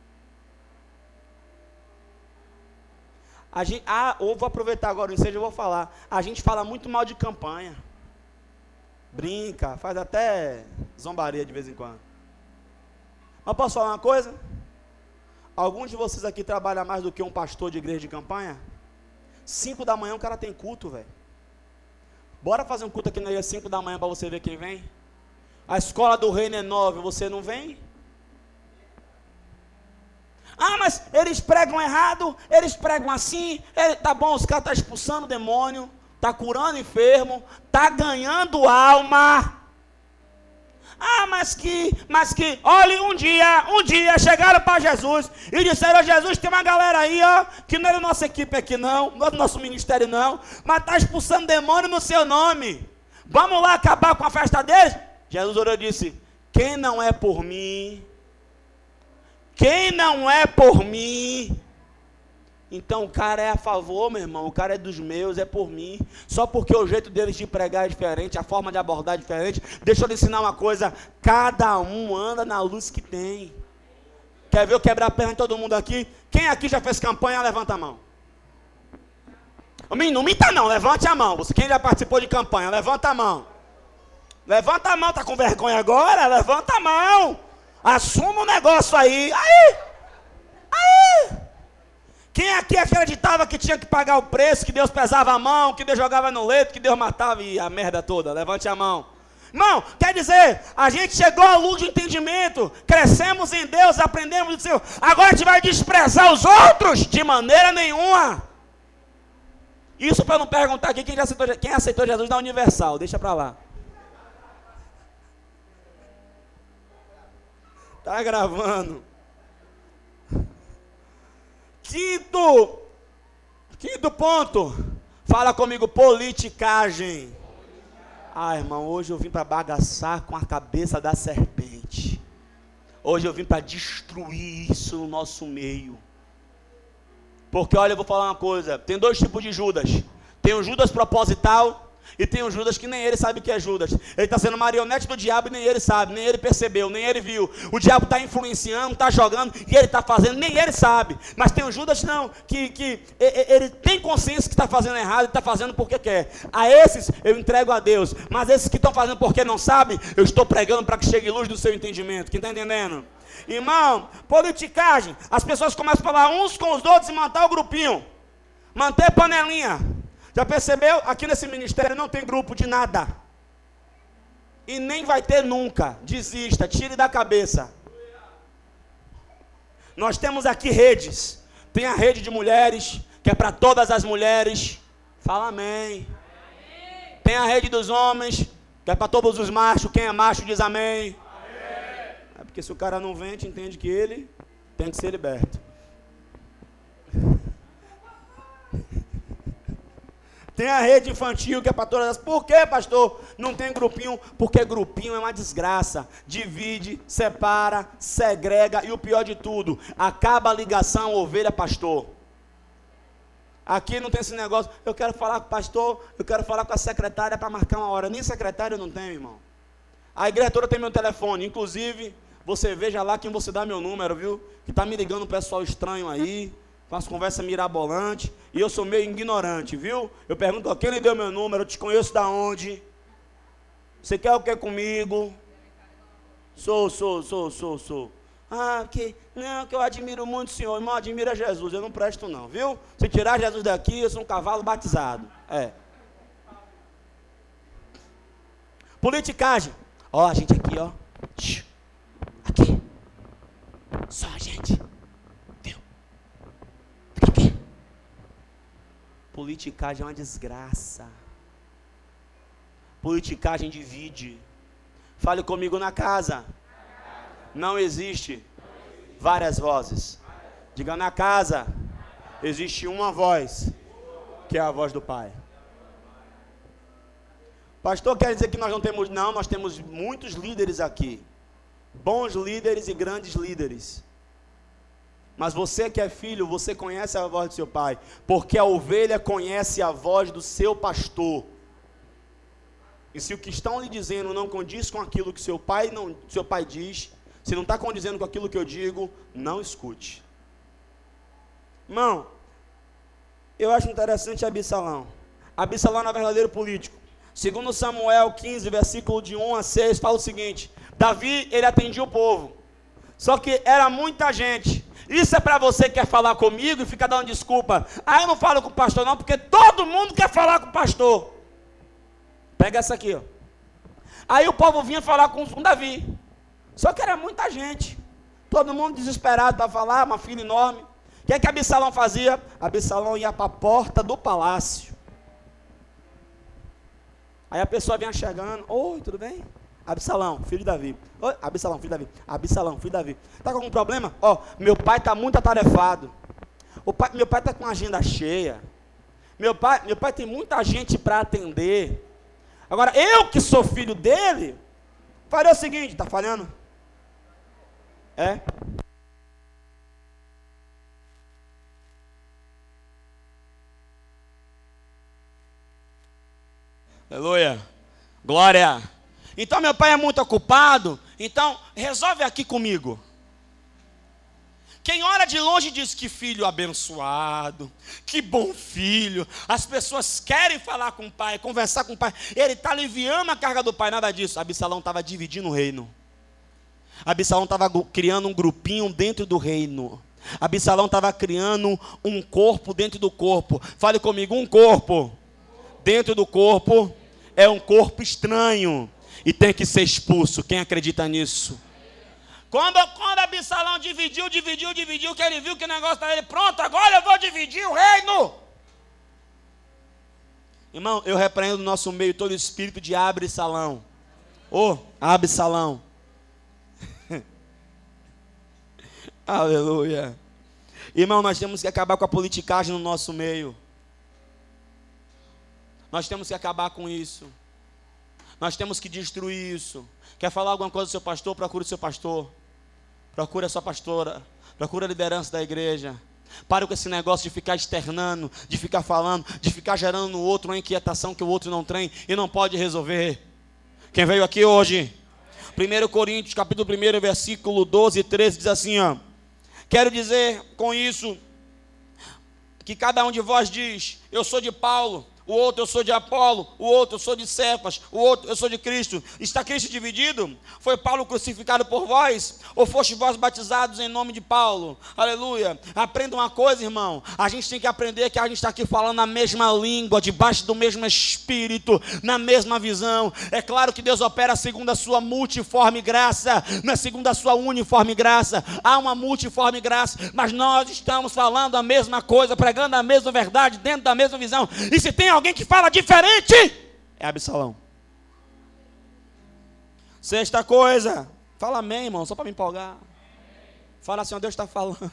A gente, ah, ou vou aproveitar agora o ensejo, eu vou falar. A gente fala muito mal de campanha. Brinca, faz até zombaria de vez em quando. Mas posso falar uma coisa? Alguns de vocês aqui trabalham mais do que um pastor de igreja de campanha? Cinco da manhã o cara tem culto, velho. Bora fazer um culto aqui na igreja cinco da manhã para você ver quem vem? A escola do reino é nove, você não vem? Ah, mas eles pregam errado, eles pregam assim, ele, tá bom, os caras estão tá expulsando o demônio, tá curando enfermo, tá ganhando alma. Ah, mas que, mas que, olha, um dia, um dia chegaram para Jesus e disseram, Jesus, tem uma galera aí, ó, que não é da nossa equipe aqui não, não é do nosso ministério não, mas tá expulsando demônio no seu nome. Vamos lá acabar com a festa deles? Jesus orou e disse, quem não é por mim... Quem não é por mim, então o cara é a favor, meu irmão, o cara é dos meus, é por mim. Só porque o jeito deles de pregar é diferente, a forma de abordar é diferente. Deixa eu lhe ensinar uma coisa, cada um anda na luz que tem. Quer ver eu quebrar a perna de todo mundo aqui? Quem aqui já fez campanha, levanta a mão. Não minta não, levante a mão. Você, quem já participou de campanha, levanta a mão. Levanta a mão, tá com vergonha agora? Levanta a mão. Assuma o negócio aí. Aí! Aí! Quem aqui acreditava que tinha que pagar o preço, que Deus pesava a mão, que Deus jogava no leito, que Deus matava e a merda toda? Levante a mão. Irmão, quer dizer, a gente chegou à luz de entendimento, crescemos em Deus, aprendemos do Senhor. Agora a gente vai desprezar os outros? De maneira nenhuma. Isso para não perguntar aqui quem, já aceitou, quem aceitou Jesus na Universal, deixa para lá. Tá gravando. Quinto, quinto ponto, fala comigo, politicagem. Ah, irmão, hoje eu vim para bagaçar com a cabeça da serpente. Hoje eu vim para destruir isso no nosso meio. Porque olha, eu vou falar uma coisa, tem dois tipos de Judas. Tem o Judas proposital e tem o Judas que nem ele sabe que é Judas. Ele está sendo marionete do diabo e nem ele sabe, nem ele percebeu, nem ele viu. O diabo está influenciando, está jogando e ele está fazendo, nem ele sabe. Mas tem o Judas não, que, que ele tem consciência que está fazendo errado e está fazendo porque quer. A esses eu entrego a Deus, mas esses que estão fazendo porque não sabem, eu estou pregando para que chegue luz do seu entendimento. Quem está entendendo? Irmão, politicagem, as pessoas começam a falar uns com os outros e manter o grupinho, manter panelinha. Já percebeu? Aqui nesse ministério não tem grupo de nada. E nem vai ter nunca. Desista, tire da cabeça. Nós temos aqui redes. Tem a rede de mulheres, que é para todas as mulheres. Fala amém. Tem a rede dos homens, que é para todos os machos. Quem é macho diz amém. É porque se o cara não vem, a gente entende que ele tem que ser liberto. Tem a rede infantil que é para todas as... Por que, pastor? Não tem grupinho? Porque grupinho é uma desgraça. Divide, separa, segrega e o pior de tudo, acaba a ligação ovelha-pastor. Aqui não tem esse negócio, eu quero falar com o pastor, eu quero falar com a secretária para marcar uma hora. Nem secretária eu não tenho, irmão. A igreja toda tem meu telefone, inclusive, você veja lá quem você dá meu número, viu? Que está me ligando um pessoal estranho aí, com as conversas mirabolantes, e eu sou meio ignorante, viu? Eu pergunto, quem lhe deu meu número? Eu te conheço da onde? Você quer o que comigo? Sou, sou, sou, sou, sou. Ah, que, não, que eu admiro muito o senhor. Irmão, admira Jesus, eu não presto não, viu? Se tirar Jesus daqui, eu sou um cavalo batizado. É. Politicagem. Ó, a gente aqui, ó. Aqui. Só a gente. Viu? Aqui. Politicagem é uma desgraça. Politicagem divide. Fale comigo na casa. Não existe várias vozes. Diga, na casa existe uma voz, que é a voz do Pai. Pastor, quer dizer que nós não temos... Não, nós temos muitos líderes aqui. Bons líderes e grandes líderes. Mas você que é filho, você conhece a voz do seu pai. Porque a ovelha conhece a voz do seu pastor. E se o que estão lhe dizendo não condiz com aquilo que seu pai, não, seu pai diz, se não está condizendo com aquilo que eu digo, não escute. Irmão, eu acho interessante Absalão. Absalão era verdadeiro político. Segundo Samuel quinze, versículo de um a seis, fala o seguinte: Davi, ele atendia o povo. Só que era muita gente. Isso é para você que quer falar comigo e fica dando desculpa. Ah, eu não falo com o pastor não, porque todo mundo quer falar com o pastor. Pega essa aqui, ó. Aí o povo vinha falar com, com Davi. Só que era muita gente. Todo mundo desesperado para falar, uma fila enorme. O que é que Absalão fazia? Absalão ia para a porta do palácio. Aí a pessoa vinha chegando. Oi, tudo bem? Absalão, filho de Davi. Oi, Absalão, filho de Davi. Absalão, filho de Davi. Está com algum problema? Ó, oh, meu pai está muito atarefado. O pai, meu pai está com a agenda cheia. Meu pai, meu pai tem muita gente para atender. Agora, eu que sou filho dele, farei o seguinte, está falhando? É? Aleluia. Glória. Então meu pai é muito ocupado. Então resolve aqui comigo. Quem ora de longe diz que filho abençoado, que bom filho. As pessoas querem falar com o pai, conversar com o pai. Ele está aliviando a carga do pai, nada disso. Absalão estava dividindo o reino. Absalão estava criando um grupinho dentro do reino. Absalão estava criando um corpo dentro do corpo. Fale comigo, um corpo dentro do corpo é um corpo estranho e tem que ser expulso. Quem acredita nisso? Quando, quando Absalão dividiu, dividiu, dividiu, que ele viu que o negócio estava ele, pronto, agora eu vou dividir o reino. Irmão, eu repreendo no nosso meio todo o espírito de Absalão. Ô, oh, Absalão. Aleluia. Irmão, nós temos que acabar com a politicagem no nosso meio. Nós temos que acabar com isso. Nós temos que destruir isso. Quer falar alguma coisa do seu pastor? Procure o seu pastor. Procure a sua pastora. Procure a liderança da igreja. Pare com esse negócio de ficar externando, de ficar falando, de ficar gerando no outro uma inquietação que o outro não tem e não pode resolver. Quem veio aqui hoje? primeiro Coríntios, capítulo um, versículo doze e treze, diz assim, ó. Quero dizer com isso que cada um de vós diz, eu sou de Paulo, o outro eu sou de Apolo, o outro eu sou de Cefas, o outro eu sou de Cristo. Está Cristo dividido? Foi Paulo crucificado por vós? Ou foste vós batizados em nome de Paulo? Aleluia. Aprenda uma coisa, irmão. A gente tem que aprender que a gente está aqui falando a mesma língua, debaixo do mesmo espírito, na mesma visão. É claro que Deus opera segundo a sua multiforme graça, não é segundo a sua uniforme graça. Há uma multiforme graça, mas nós estamos falando a mesma coisa, pregando a mesma verdade, dentro da mesma visão. E se tem alguém que fala diferente, é Absalão. Sexta coisa, fala amém, irmão, só para me empolgar. Fala assim, ó, Deus está falando.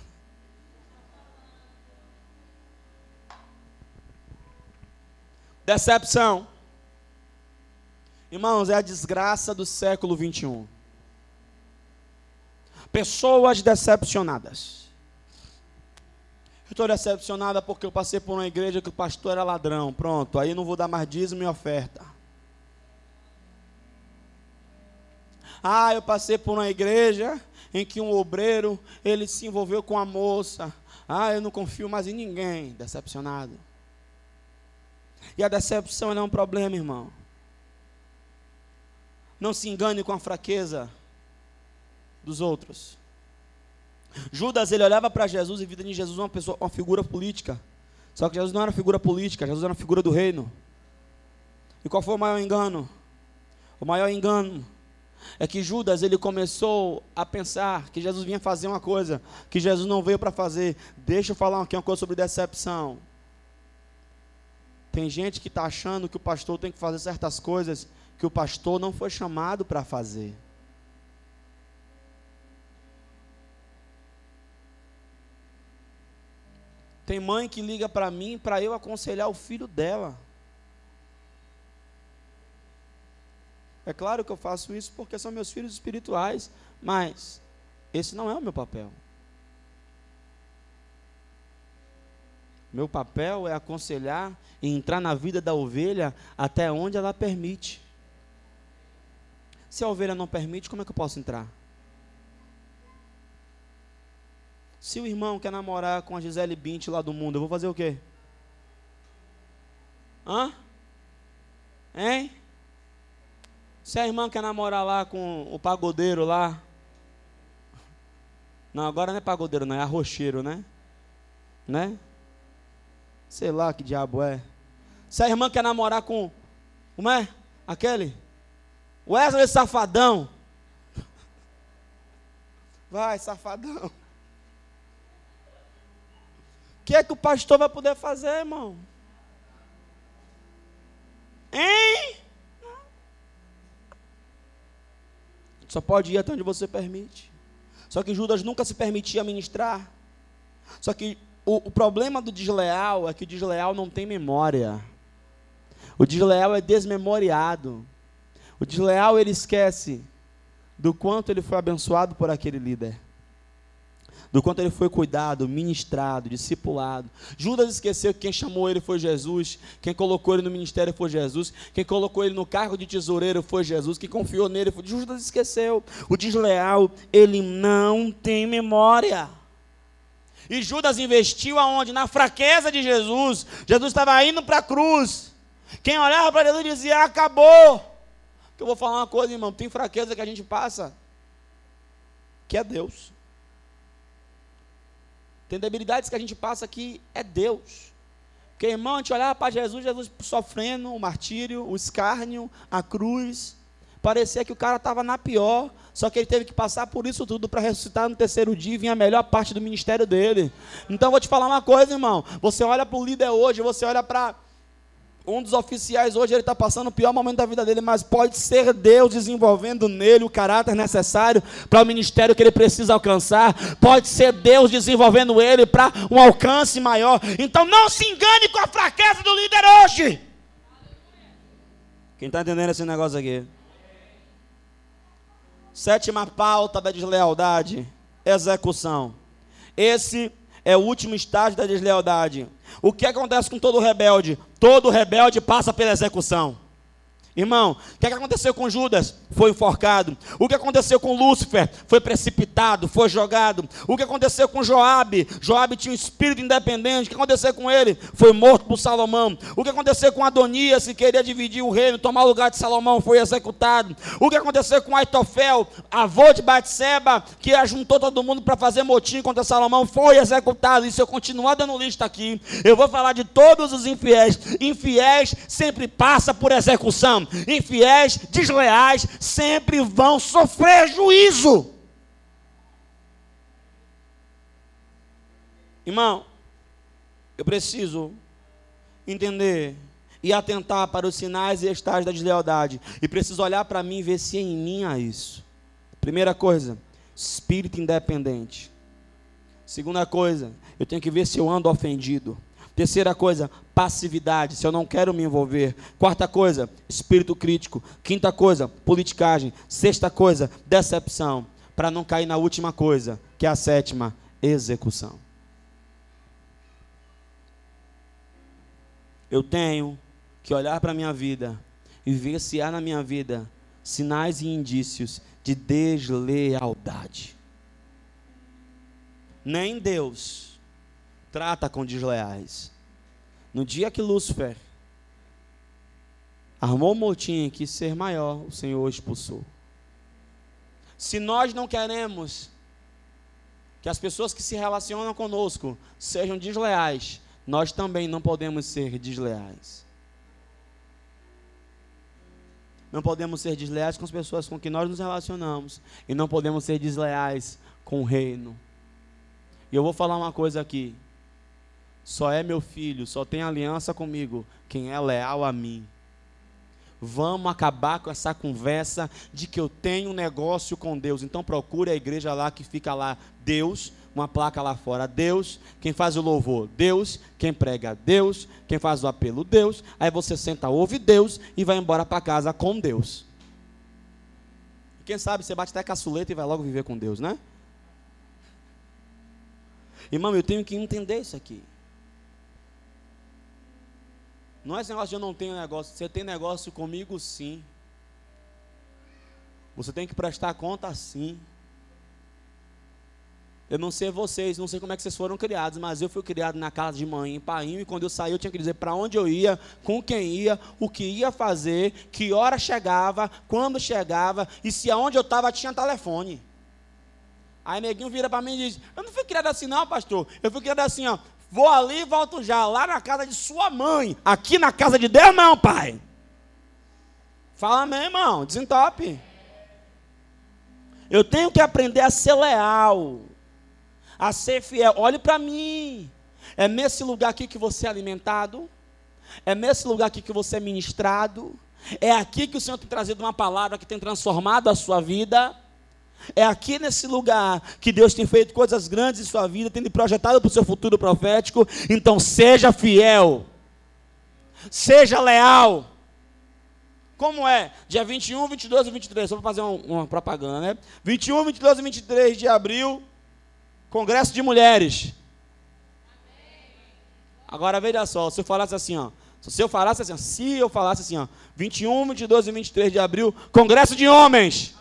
Decepção. Irmãos, é a desgraça do século vinte e um. Pessoas decepcionadas. Estou decepcionada porque eu passei por uma igreja que o pastor era ladrão. Pronto, aí não vou dar mais dízimo e oferta. Ah, eu passei por uma igreja em que um obreiro, ele se envolveu com a moça. Ah, eu não confio mais em ninguém. Decepcionado. E a decepção é um problema, irmão. Não se engane com a fraqueza dos outros. Judas, ele olhava para Jesus e via em Jesus uma pessoa, uma figura política. Só que Jesus não era figura política, Jesus era uma figura do reino. E qual foi o maior engano? O maior engano é que Judas, ele começou a pensar que Jesus vinha fazer uma coisa que Jesus não veio para fazer. Deixa eu falar aqui uma coisa sobre decepção. Tem gente que está achando que o pastor tem que fazer certas coisas que o pastor não foi chamado para fazer. Tem mãe que liga para mim para eu aconselhar o filho dela. É claro que eu faço isso porque são meus filhos espirituais, mas esse não é o meu papel. Meu papel é aconselhar e entrar na vida da ovelha até onde ela permite. Se a ovelha não permite, como é que eu posso entrar? Se o irmão quer namorar com a Gisele Bündchen lá do mundo, eu vou fazer o quê? Hã? Hein? Se a irmã quer namorar lá com o pagodeiro lá. Não, agora não é pagodeiro, não, é arrocheiro, né? Né? Sei lá que diabo é. Se a irmã quer namorar com, como é? Aquele? Wesley Safadão. Vai, safadão. O que é que o pastor vai poder fazer, irmão? Hein? Só pode ir até onde você permite. Só que Judas nunca se permitia ministrar. Só que o, o problema do desleal é que o desleal não tem memória. O desleal é desmemoriado. O desleal, ele esquece do quanto ele foi abençoado por aquele líder. do quanto ele foi cuidado, ministrado, discipulado. Judas esqueceu que quem chamou ele foi Jesus, quem colocou ele no ministério foi Jesus, quem colocou ele no cargo de tesoureiro foi Jesus, quem confiou nele foi Judas. Esqueceu. O desleal, ele não tem memória. E Judas investiu aonde? Na fraqueza de Jesus. Jesus estava indo para a cruz. Quem olhava para Jesus dizia: acabou. Eu vou falar uma coisa, irmão, tem fraqueza que a gente passa, que é Deus. Tem debilidades que a gente passa que é Deus. Porque, irmão, a gente olhava para Jesus, Jesus sofrendo o martírio, o escárnio, a cruz. Parecia que o cara estava na pior, só que ele teve que passar por isso tudo para ressuscitar no terceiro dia e vir a melhor parte do ministério dele. Então, eu vou te falar uma coisa, irmão. Você olha para o líder hoje, você olha para um dos oficiais hoje, ele está passando o pior momento da vida dele, mas pode ser Deus desenvolvendo nele o caráter necessário para o ministério que ele precisa alcançar. Pode ser Deus desenvolvendo ele para um alcance maior. Então não se engane com a fraqueza do líder hoje. Quem está entendendo esse negócio aqui? Sétima pauta da deslealdade: execução. Esse é o último estágio da deslealdade. O que acontece com todo rebelde? Todo rebelde passa pela execução. Irmão, o que aconteceu com Judas? Foi enforcado. O que aconteceu com Lúcifer? Foi precipitado, foi jogado. O que aconteceu com Joabe? Joabe tinha um espírito independente. O que aconteceu com ele? Foi morto por Salomão. O que aconteceu com Adonias, que queria dividir o reino, tomar o lugar de Salomão? Foi executado. O que aconteceu com Aitofel, avô de Batseba, que ajuntou todo mundo para fazer motim contra Salomão? Foi executado. E se eu continuar dando lista aqui, eu vou falar de todos os infiéis. Infiéis sempre passa por execução. Infiéis, desleais, sempre vão sofrer juízo. Irmão, eu preciso entender e atentar para os sinais e estágios da deslealdade. E preciso olhar para mim e ver se em mim há isso. Primeira coisa, espírito independente. Segunda coisa, eu tenho que ver se eu ando ofendido. Terceira coisa, passividade, se eu não quero me envolver. Quarta coisa, espírito crítico. Quinta coisa, politicagem. Sexta coisa, decepção. Para não cair na última coisa, que é a sétima, execução. Eu tenho que olhar para a minha vida e ver se há na minha vida sinais e indícios de deslealdade. Nem Deus trata com desleais. No dia que Lúcifer armou um motim e quis ser maior, o Senhor expulsou. Se nós não queremos que as pessoas que se relacionam conosco sejam desleais, nós também não podemos ser desleais. Não podemos ser desleais com as pessoas com que nós nos relacionamos, e não podemos ser desleais com o reino. E eu vou falar uma coisa aqui: só é meu filho, só tem aliança comigo quem é leal a mim. Vamos acabar com essa conversa de que eu tenho um negócio com Deus. Então procure a igreja lá que fica lá, Deus, uma placa lá fora, Deus, quem faz o louvor, Deus, quem prega, Deus, quem faz o apelo, Deus. Aí você senta, ouve Deus e vai embora para casa com Deus. E quem sabe você bate até caçuleta e vai logo viver com Deus, né? Irmão, eu tenho que entender isso aqui. Não é esse negócio de eu não tenho negócio. Você tem negócio comigo, sim. Você tem que prestar conta, sim. Eu não sei vocês, não sei como é que vocês foram criados, mas eu fui criado na casa de mãe, em painho, e quando eu saí eu tinha que dizer para onde eu ia, com quem ia, o que ia fazer, que hora chegava, quando chegava, e se aonde eu estava tinha telefone. Aí neguinho vira para mim e diz: eu não fui criado assim não, pastor. Eu fui criado assim, ó. Vou ali e volto já, lá na casa de sua mãe. Aqui na casa de Deus não, pai. Fala amém, irmão, desentope. Eu tenho que aprender a ser leal, a ser fiel. Olhe para mim. É nesse lugar aqui que você é alimentado. É nesse lugar aqui que você é ministrado. É aqui que o Senhor tem trazido uma palavra que tem transformado a sua vida. É aqui nesse lugar que Deus tem feito coisas grandes em sua vida, tem lhe projetado para o seu futuro profético. Então seja fiel, seja leal. Como é? Dia vinte e um, vinte e dois e vinte e três, só para fazer uma, uma propaganda, né? vinte e um, vinte e dois e vinte e três de abril, Congresso de mulheres. Agora veja só, se eu falasse assim, ó. Se eu falasse assim, ó, se eu falasse assim, ó, vinte e um, vinte e dois e vinte e três de abril, Congresso de homens.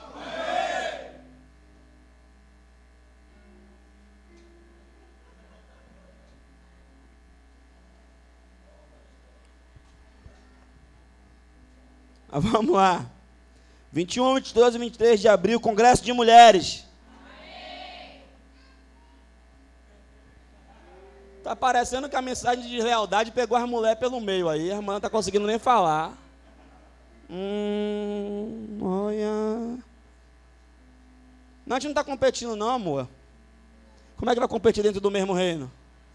Vamos lá. vinte e um, vinte e dois e vinte e três de abril, Congresso de mulheres. Tá parecendo que a mensagem de lealdade pegou as mulheres pelo meio aí. A irmã não tá conseguindo nem falar. Hum, olha. Não, a gente não tá competindo não, amor. Como é que vai competir dentro do mesmo reino?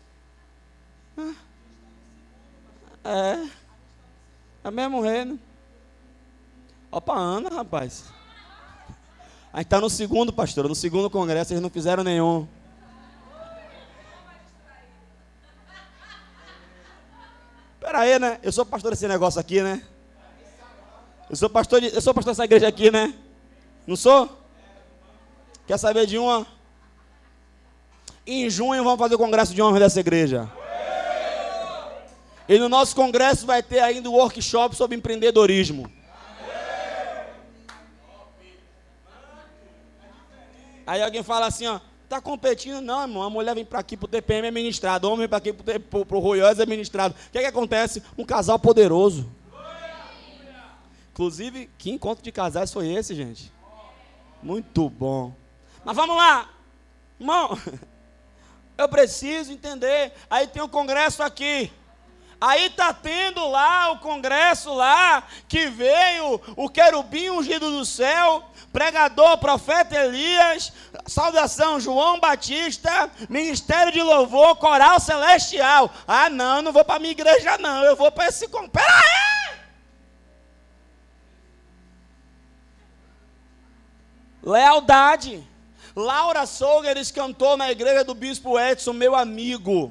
É. É o mesmo reino. Opa, Ana, rapaz. A gente tá no segundo, pastor. No segundo congresso, eles não fizeram nenhum. Pera aí, né? Eu sou pastor desse negócio aqui, né? Eu sou pastor, de, eu sou pastor dessa igreja aqui, né? Não sou? Quer saber de uma? Em junho vamos fazer o congresso de homens dessa igreja. E no nosso congresso vai ter ainda o workshop sobre empreendedorismo. Aí alguém fala assim, ó, tá competindo? Não, irmão, a mulher vem para aqui pro T P M é ministrado, o homem vem para aqui pro, pro, pro Royals é ministrado. O que é que acontece? Um casal poderoso. Inclusive, que encontro de casais foi esse, gente? Muito bom. Mas vamos lá, irmão, eu preciso entender. Aí tem o congresso aqui. Aí está tendo lá o congresso lá, que veio o querubim ungido do céu, pregador, profeta Elias, saudação João Batista, ministério de louvor, coral celestial. Ah não, não vou para a minha igreja não, eu vou para esse congresso. Pera aí! Lealdade. Laura Solgeres cantou na igreja do bispo Edson, meu amigo.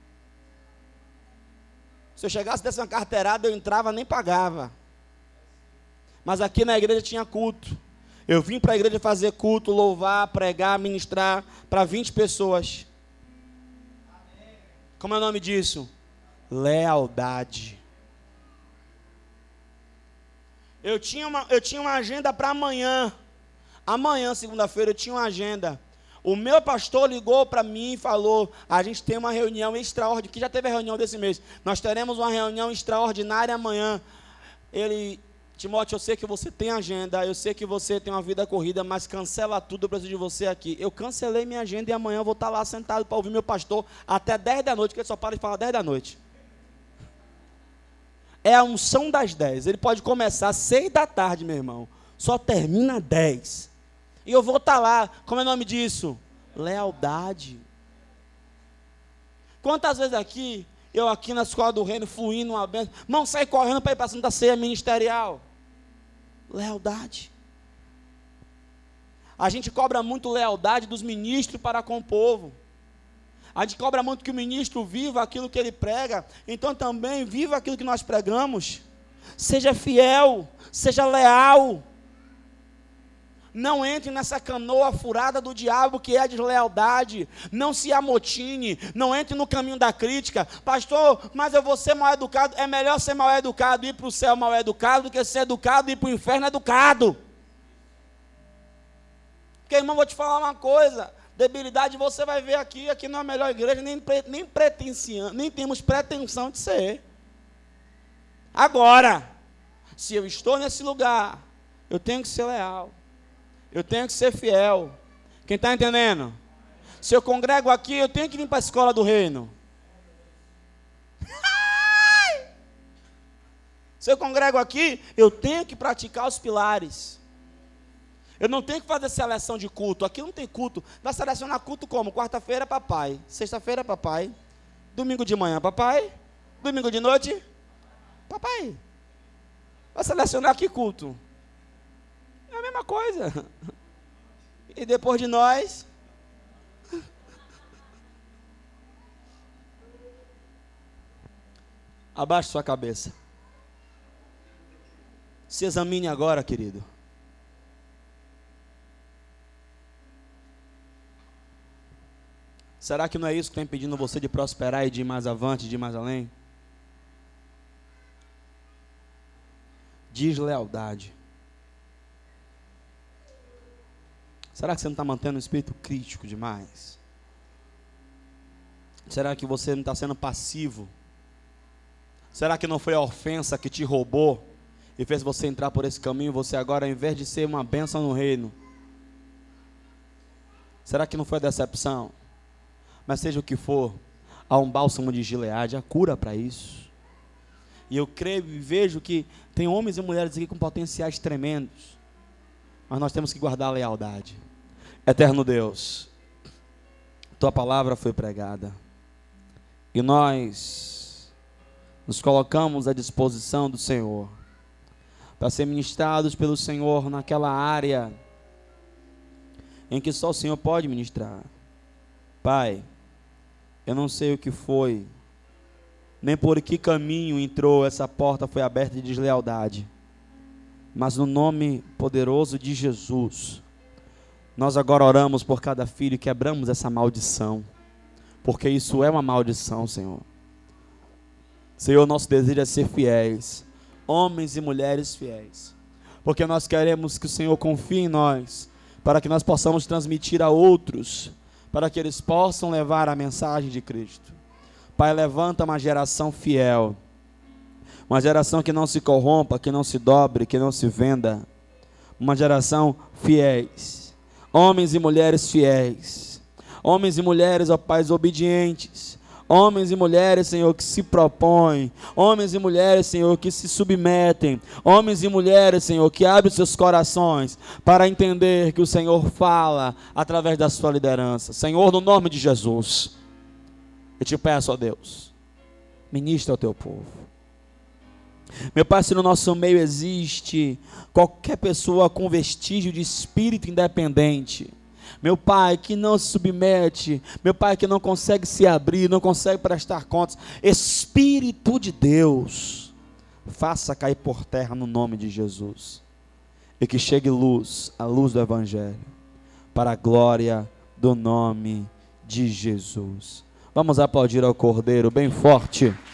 Se eu chegasse dessa uma carteirada, eu entrava, nem pagava. Mas aqui na igreja tinha culto. Eu vim para a igreja fazer culto, louvar, pregar, ministrar para vinte pessoas. Como é o nome disso? Lealdade. Eu tinha uma, eu tinha uma agenda para amanhã. Amanhã, segunda-feira, eu tinha uma agenda. O meu pastor ligou para mim e falou, a gente tem uma reunião extraordinária, que já teve a reunião desse mês, nós teremos uma reunião extraordinária amanhã. Ele, Timóteo, eu sei que você tem agenda, eu sei que você tem uma vida corrida, mas cancela tudo, eu preciso de você aqui. Eu cancelei minha agenda e amanhã eu vou estar lá sentado para ouvir meu pastor até dez da noite, porque ele só para de falar dez da noite. É a unção das dez, ele pode começar às seis da tarde, meu irmão, só termina dez. E eu vou estar lá, como é o nome disso? Lealdade. Quantas vezes aqui, eu aqui na escola do reino, fluindo uma bênção, não sai correndo para ir para a Santa Ceia ministerial. Lealdade. A gente cobra muito lealdade dos ministros para com o povo. A gente cobra muito que o ministro viva aquilo que ele prega, então também viva aquilo que nós pregamos. Seja fiel, seja leal. Não entre nessa canoa furada do diabo que é a deslealdade. Não se amotine. Não entre no caminho da crítica. Pastor, mas eu vou ser mal educado. É melhor ser mal educado e ir para o céu mal educado do que ser educado e ir para o inferno educado. Porque, irmão, vou te falar uma coisa. Debilidade você vai ver aqui. Aqui não é a melhor igreja, nem, nem, pretensião, nem temos pretensão de ser. Agora, se eu estou nesse lugar, eu tenho que ser leal. Eu tenho que ser fiel. Quem está entendendo? Se eu congrego aqui, eu tenho que vir para a escola do reino. Se eu congrego aqui, eu tenho que praticar os pilares. Eu não tenho que fazer seleção de culto. Aqui não tem culto. Vai selecionar culto como? Quarta-feira, papai. Sexta-feira, papai. Domingo de manhã, papai. Domingo de noite, papai. Vai selecionar que culto? É a mesma coisa. E depois de nós, abaixe sua cabeça. Se examine agora, querido. Será que não é isso que está impedindo você de prosperar e de ir mais avante, de ir mais além? Deslealdade. Será que você não está mantendo um espírito crítico demais? Será que você não está sendo passivo? Será que não foi a ofensa que te roubou e fez você entrar por esse caminho? Você agora, ao invés de ser uma bênção no reino, será que não foi a decepção? Mas seja o que for, há um bálsamo de Gileade, há cura para isso. E eu creio e vejo que tem homens e mulheres aqui com potenciais tremendos, mas nós temos que guardar a lealdade. Eterno Deus, tua palavra foi pregada e nós nos colocamos à disposição do Senhor para ser ministrados pelo Senhor naquela área em que só o Senhor pode ministrar. Pai, eu não sei o que foi, nem por que caminho entrou, essa porta foi aberta de deslealdade, mas no nome poderoso de Jesus, nós agora oramos por cada filho e quebramos essa maldição, porque isso é uma maldição, Senhor. Senhor, nosso desejo é ser fiéis, homens e mulheres fiéis, porque nós queremos que o Senhor confie em nós, para que nós possamos transmitir a outros, para que eles possam levar a mensagem de Cristo. Pai, levanta uma geração fiel, uma geração que não se corrompa, que não se dobre, que não se venda, uma geração fiéis, homens e mulheres fiéis, homens e mulheres, ó Pai, obedientes, homens e mulheres, Senhor, que se propõem, homens e mulheres, Senhor, que se submetem, homens e mulheres, Senhor, que abrem seus corações para entender que o Senhor fala através da sua liderança. Senhor, no nome de Jesus, eu te peço, ó Deus, ministra ao teu povo. Meu Pai, se no nosso meio existe qualquer pessoa com vestígio de espírito independente, meu Pai, que não se submete, meu Pai, que não consegue se abrir, não consegue prestar contas, Espírito de Deus, faça cair por terra no nome de Jesus, e que chegue luz, a luz do Evangelho, para a glória do nome de Jesus. Vamos aplaudir ao Cordeiro bem forte.